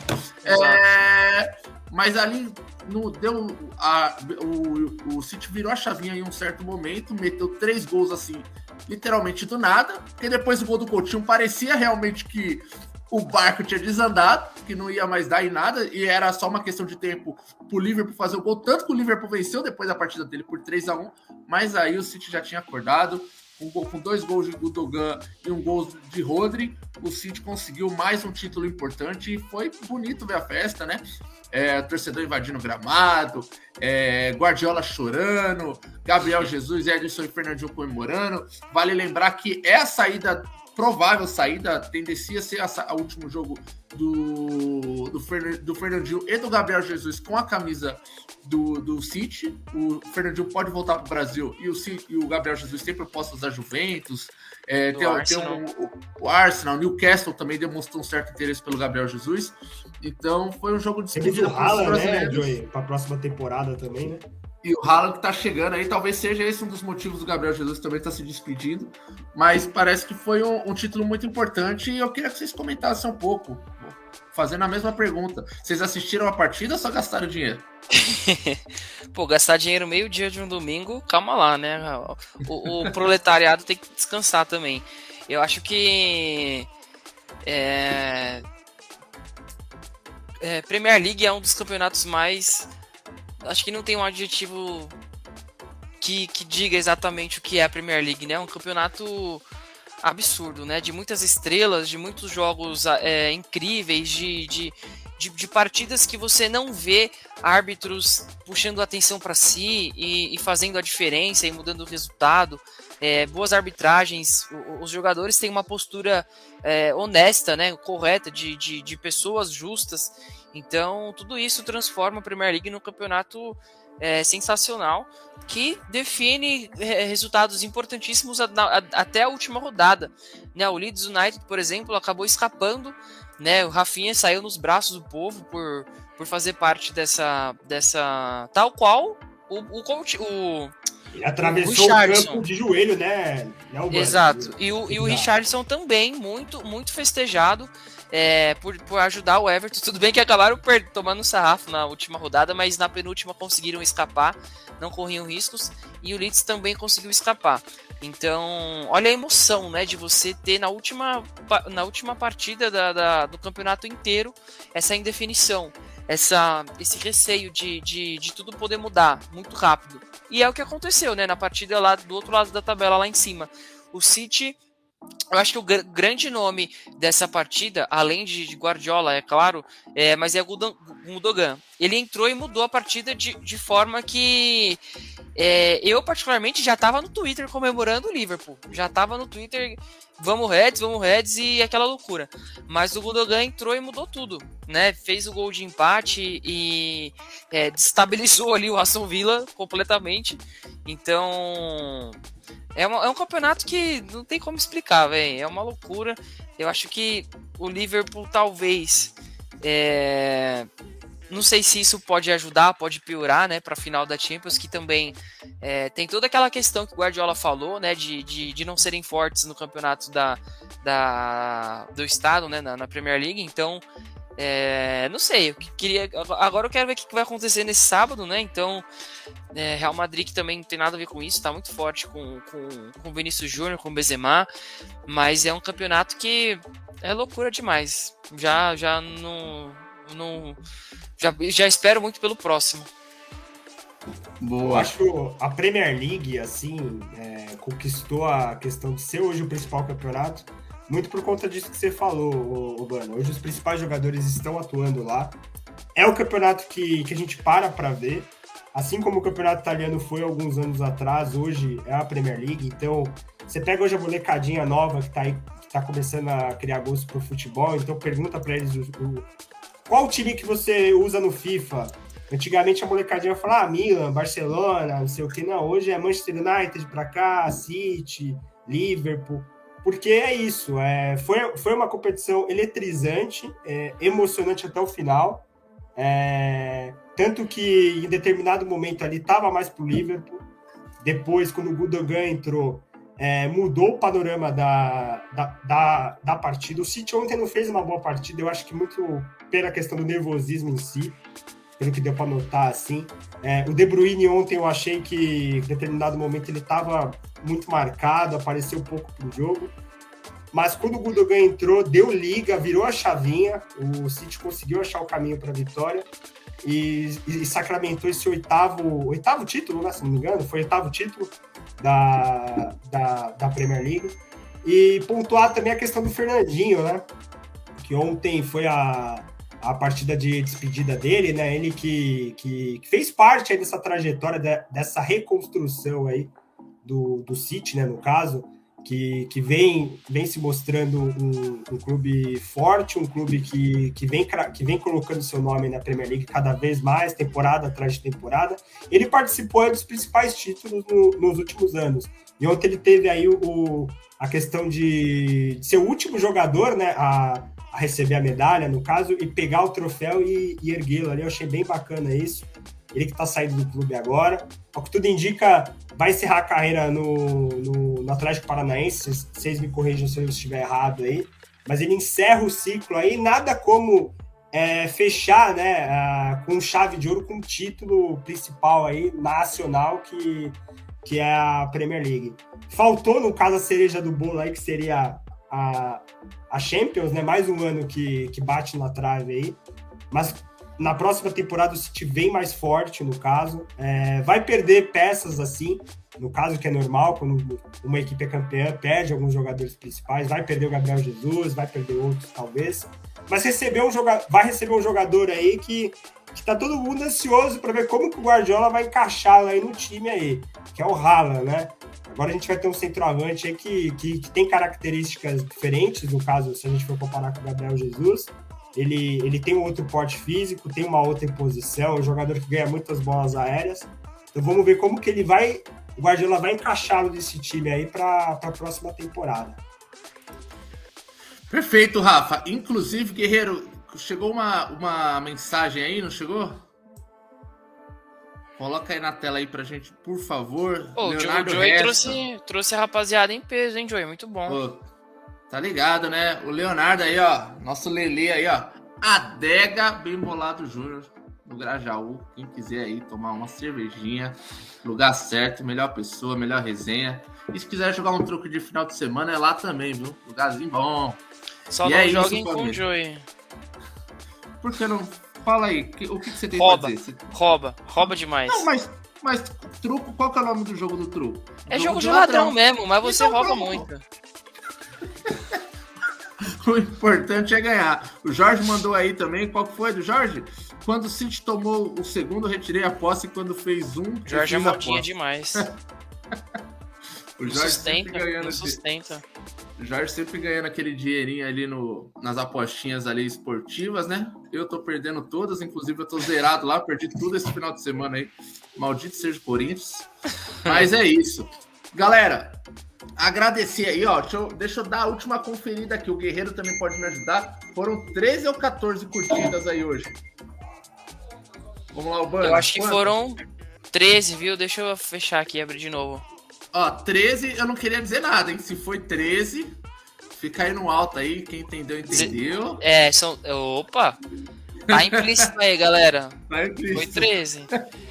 É, mas ali no, deu a, o, o City virou a chavinha em um certo momento, meteu três gols assim, literalmente do nada, porque depois do gol do Coutinho parecia realmente que o barco tinha desandado, que não ia mais dar em nada, e era só uma questão de tempo pro Liverpool fazer o gol, tanto que o Liverpool venceu depois da partida dele por três a um, mas aí o City já tinha acordado, um gol, com dois gols de Gundogan e um gol de Rodri, o City conseguiu mais um título importante, e foi bonito ver a festa, né? É, torcedor invadindo o gramado, é, Guardiola chorando, Gabriel Jesus, Edson e Fernandinho comemorando. Vale lembrar que é a saída... provável saída, tendencia a ser o último jogo do, do, Fern, do Fernandinho e do Gabriel Jesus com a camisa do, do City. O Fernandinho pode voltar para o Brasil e o, e o Gabriel Jesus tem propostas da Juventus, é, tem, tem um, o, o Arsenal, o Newcastle também demonstrou um certo interesse pelo Gabriel Jesus. Então foi um jogo de despedida para o Haaland, né, Joey? Para a próxima temporada também, né? E o Haaland que tá chegando aí, talvez seja esse um dos motivos do Gabriel Jesus também estar tá se despedindo, mas parece que foi um, um título muito importante e eu queria que vocês comentassem um pouco, fazendo a mesma pergunta. Vocês assistiram a partida ou só gastaram dinheiro? Pô, gastar dinheiro meio dia de um domingo, calma lá, né? O, o proletariado tem que descansar também. Eu acho que é... É, Premier League é um dos campeonatos mais... Acho que não tem um adjetivo que, que diga exatamente o que é a Premier League, né? É um campeonato absurdo, né? De muitas estrelas, de muitos jogos é, incríveis, de, de, de, de partidas que você não vê árbitros puxando a atenção para si e, e fazendo a diferença e mudando o resultado. É, boas arbitragens, os jogadores têm uma postura é, honesta, né? Correta, de, de, de pessoas justas. Então, tudo isso transforma a Premier League num campeonato é, sensacional, que define é, resultados importantíssimos a, a, até a última rodada. Né, o Leeds United, por exemplo, acabou escapando, né, o Rafinha saiu nos braços do povo por, por fazer parte dessa, dessa... Tal qual o... o, o Ele atravessou o, o campo de joelho, né? né Exato. E o, e o Richarlison também, muito, muito festejado. É, por, por ajudar o Everton. Tudo bem que acabaram per- tomando um sarrafo na última rodada, mas na penúltima conseguiram escapar, não corriam riscos, e o Leeds também conseguiu escapar. Então, olha a emoção, né, de você ter na última, na última partida da, da, do campeonato inteiro essa indefinição, essa, esse receio de, de, de tudo poder mudar muito rápido. E é o que aconteceu, né, na partida lá do outro lado da tabela, lá em cima. O City... Eu acho que o gr- grande nome dessa partida, além de, de Guardiola, é claro, é, mas é o Gundogan. Ele entrou e mudou a partida de, de forma que é, eu, particularmente, já estava no Twitter comemorando o Liverpool. Já estava no Twitter, vamos Reds, vamos Reds e aquela loucura. Mas o Gundogan entrou e mudou tudo, né? Fez o gol de empate e é, destabilizou ali o Aston Villa completamente. Então... É, uma, é um campeonato que não tem como explicar, velho. É uma loucura. Eu acho que o Liverpool talvez... É... Não sei se isso pode ajudar, pode piorar, né, para a final da Champions, que também é, tem toda aquela questão que o Guardiola falou, né, de, de, de não serem fortes no campeonato da, da, do estado, né, na, na Premier League. Então, é, não sei, eu queria, agora eu quero ver o que vai acontecer nesse sábado, né? Então, é, Real Madrid que também não tem nada a ver com isso, tá muito forte com, com, com o Vinícius Júnior, com o Benzema, mas é um campeonato que é loucura demais. Já, já não, não já, já espero muito pelo próximo. Boa. Eu acho a Premier League, assim, é, conquistou a questão de ser hoje o principal campeonato, muito por conta disso que você falou, Urbano. Hoje os principais jogadores estão atuando lá. É o campeonato que, que a gente para para ver. Assim como o campeonato italiano foi alguns anos atrás, hoje é a Premier League. Então, você pega hoje a molecadinha nova que está aí, que tá começando a criar gosto pro futebol. Então, pergunta para eles o, o, qual time que você usa no FIFA. Antigamente a molecadinha falava ah, Milan, Barcelona, não sei o que. Não, hoje é Manchester United para cá, City, Liverpool. Porque é isso, é, foi, foi uma competição eletrizante, é, emocionante até o final, é, tanto que em determinado momento ali estava mais para o Liverpool, depois quando o Gundogan entrou, é, mudou o panorama da, da, da, da partida. O City ontem não fez uma boa partida, eu acho que muito pela questão do nervosismo em si, pelo que deu para notar, assim. É, o De Bruyne ontem eu achei que em determinado momento ele estava muito marcado, apareceu um pouco pro jogo, mas quando o Gundogan entrou, deu liga, virou a chavinha, o City conseguiu achar o caminho para a vitória e, e sacramentou esse oitavo, oitavo título, né, se não me engano, foi o oitavo título da, da, da Premier League. E pontuar também a questão do Fernandinho, né, que ontem foi a a partida de despedida dele, né? Ele que, que, que fez parte aí dessa trajetória, de, dessa reconstrução aí do, do City, né? No caso, que, que vem, vem se mostrando um, um clube forte, um clube que, que, vem, que vem colocando seu nome na Premier League cada vez mais, temporada atrás de temporada. Ele participou dos principais títulos no, nos últimos anos. E ontem ele teve aí o, a questão de, de ser o último jogador, né? A, a receber a medalha, no caso, e pegar o troféu e, e erguê-lo ali. Eu achei bem bacana isso. ele que está saindo do clube agora. Ao que tudo indica, vai encerrar a carreira no, no, no Atlético Paranaense, vocês me corrijam se eu estiver errado aí, mas ele encerra o ciclo aí, nada como é, fechar, né, a, com chave de ouro, com o título principal aí, nacional, que, que é a Premier League. Faltou, no caso, a cereja do bolo aí, que seria a, a Champions, né, mais um ano que, que bate na trave aí, mas na próxima temporada o City vem mais forte, no caso. É, vai perder peças assim, no caso que é normal, quando uma equipe é campeã, perde alguns jogadores principais, vai perder o Gabriel Jesus, vai perder outros talvez, mas receber um joga- vai receber um jogador aí que, que tá todo mundo ansioso para ver como que o Guardiola vai encaixá-lo aí no time aí, que é o Haaland, né? Agora a gente vai ter um centroavante aí que, que, que tem características diferentes, no caso, se a gente for comparar com o Gabriel Jesus. Ele, ele tem um outro porte físico, tem uma outra posição, um jogador que ganha muitas bolas aéreas. Então vamos ver como que ele vai, o Guardiola vai encaixá-lo desse time aí para a próxima temporada. Perfeito, Rafa. Inclusive, Guerreiro, chegou uma, uma mensagem aí, não chegou? Coloca aí na tela aí pra gente, por favor. Pô, Leonardo o Joey trouxe, trouxe a rapaziada em peso, hein, Joey? Muito bom. Pô, tá ligado, né? O Leonardo aí, ó. Nosso Lelê aí, ó. Adega Bem Bolado Júnior, no Grajaú. Quem quiser aí tomar uma cervejinha, lugar certo, melhor pessoa, melhor resenha. E se quiser jogar um truque de final de semana, é lá também, viu? Lugarzinho bom. Só e não é joguem isso, com o Joey. Por que não? Fala aí, que, o que, que você tem rouba, pra dizer? Rouba, rouba demais. Não, mas, mas truco, qual que é o nome do jogo do truco? É jogo, jogo de ladrão, ladrão mesmo, mas você então, rouba pronto. muito. O importante é ganhar. O Jorge mandou aí também. Qual foi do Jorge? Quando o City tomou o segundo, eu retirei a posse. E quando fez um, Jorge é modinha demais. O Jorge sustenta, sempre ganhando. Sustenta. O Jorge sempre ganhando aquele dinheirinho ali no, nas apostinhas ali esportivas, né? Eu tô perdendo todas, inclusive eu tô zerado lá, perdi tudo esse final de semana aí. Maldito seja o Corinthians. Mas é isso. Galera, agradecer aí, ó. Deixa eu, deixa eu dar a última conferida aqui. O Guerreiro também pode me ajudar. Foram treze ou quatorze curtidas aí hoje. Vamos lá, Urbano. Eu acho que Quanto? Foram treze, viu? Deixa eu fechar aqui e abrir de novo. Ó, treze, eu não queria dizer nada, hein? Se foi treze, fica aí no alto aí. Quem entendeu, entendeu. É, são... Opa! Tá implícito aí, galera. Tá implícito. Foi treze.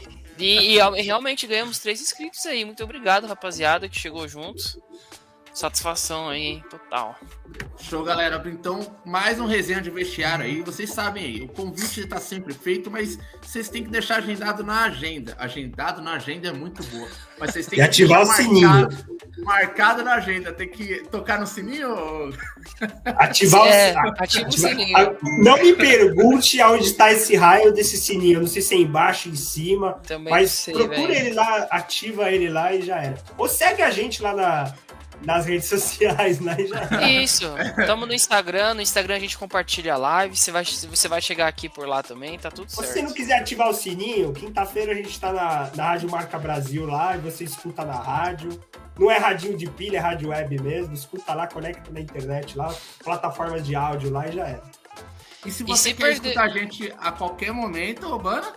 E, e realmente ganhamos três inscritos aí. Muito obrigado, rapaziada, que chegou juntos. Satisfação aí, total. Show, galera. Então, mais um resenha de vestiário aí. Vocês sabem aí, o convite está sempre feito, mas vocês têm que deixar agendado na agenda. Agendado na agenda é muito boa. Mas vocês têm e que ativar o marcado, sininho. Marcado na agenda. Tem que tocar no sininho? Ativar é, o, ativa o ativar, sininho. A, não me pergunte aonde está esse raio desse sininho. Eu não sei se é embaixo, em cima. Também mas sei, procura véio. ele lá, ativa ele lá e já era. Ou segue a gente lá na... nas redes sociais, né? Já. Isso, estamos no Instagram, no Instagram a gente compartilha a live, você vai, você vai chegar aqui por lá também, tá tudo certo. Se você não quiser ativar o sininho, quinta-feira a gente tá na, na Rádio Marca Brasil lá, e você escuta na rádio, não é radinho de pilha, é rádio web mesmo, escuta lá, conecta na internet lá, plataformas de áudio lá e já era. E se você e se quer perder... escutar a gente a qualquer momento, Urbana?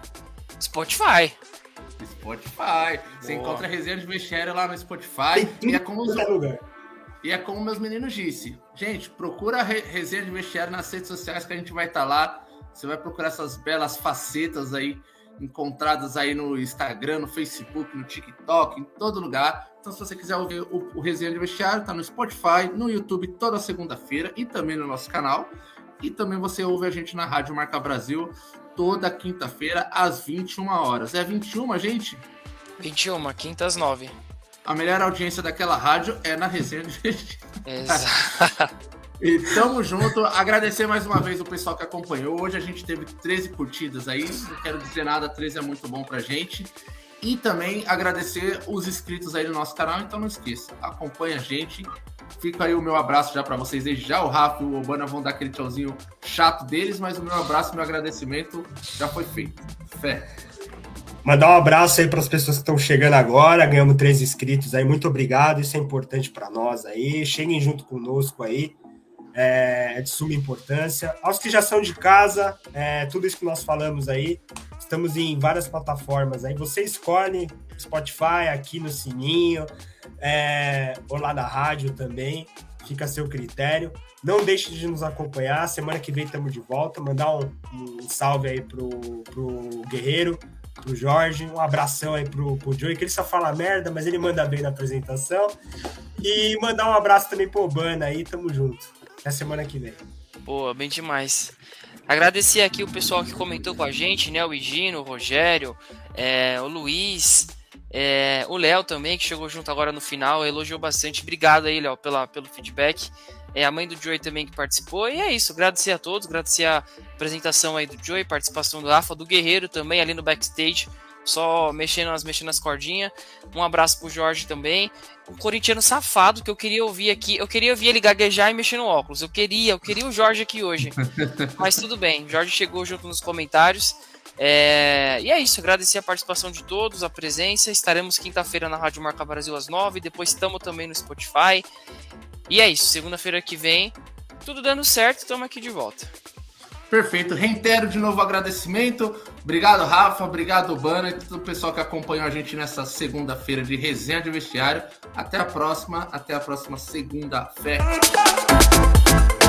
Spotify. Spotify. Você Boa. Encontra a resenha de vestiário lá no Spotify. E é, como os... lugar. e é como meus meninos disse. Gente, procura a re- resenha de vestiário nas redes sociais que a gente vai estar tá lá. Você vai procurar essas belas facetas aí, encontradas aí no Instagram, no Facebook, no TikTok, em todo lugar. Então, se você quiser ouvir o, o resenha de vestiário, tá no Spotify, no YouTube toda segunda-feira e também no nosso canal. E também você ouve a gente na Rádio Marca Brasil toda quinta-feira, às vinte e uma horas. É vinte e uma, gente? vinte e uma, quinta às nove. A melhor audiência daquela rádio é na resenha de vestiário. Exato. E tamo junto. Agradecer mais uma vez o pessoal que acompanhou. Hoje a gente teve treze curtidas aí. Não quero dizer nada, treze é muito bom pra gente. E também agradecer os inscritos aí no nosso canal. Então não esqueça, acompanha a gente. Fica aí o meu abraço já para vocês desde já. O Rafa e o Urbana vão dar aquele tchauzinho chato deles, mas o meu abraço, meu agradecimento já foi feito. Fé. Mandar um abraço aí para as pessoas que estão chegando agora. Ganhamos três inscritos aí. Muito obrigado. Isso é importante para nós aí. Cheguem junto conosco aí. É de suma importância. Aos que já são de casa, é, tudo isso que nós falamos aí, Estamos em várias plataformas aí. Você escolhe Spotify, aqui no Sininho, é, ou lá na rádio também. Fica a seu critério. Não deixe de nos acompanhar. Semana que vem estamos de volta. Mandar um, um salve aí pro, pro Guerreiro, pro Jorge. Um abração aí pro, pro Joey, que ele só fala merda, mas ele manda bem na apresentação. E mandar um abraço também pro Obana aí. Tamo junto. Até semana que vem. Boa, bem demais. Agradecer aqui o pessoal que comentou com a gente, né? O Higino, o Rogério, é, o Luiz, é, o Léo também, que chegou junto agora no final, elogiou bastante. Obrigado aí, Léo, pela, pelo feedback. É, a mãe do Joey também que participou. E é isso, agradecer a todos, agradecer a apresentação aí do Joey, participação do Rafa, do Guerreiro também ali no backstage, só mexendo as, mexendo as cordinhas. Um abraço pro Jorge também. Um corintiano safado que eu queria ouvir aqui. Eu queria ouvir ele gaguejar e mexer no óculos. Eu queria, eu queria o Jorge aqui hoje. Mas tudo bem, o Jorge chegou junto nos comentários. É... E é isso, agradecer a participação de todos, a presença. Estaremos quinta-feira na Rádio Marca Brasil às nove. Depois estamos também no Spotify. E é isso, segunda-feira que vem, tudo dando certo, estamos aqui de volta. Perfeito, reitero de novo o agradecimento. Obrigado, Rafa, obrigado, Bana e todo o pessoal que acompanhou a gente nessa segunda-feira de resenha de vestiário. Até a próxima, até a próxima segunda-feira.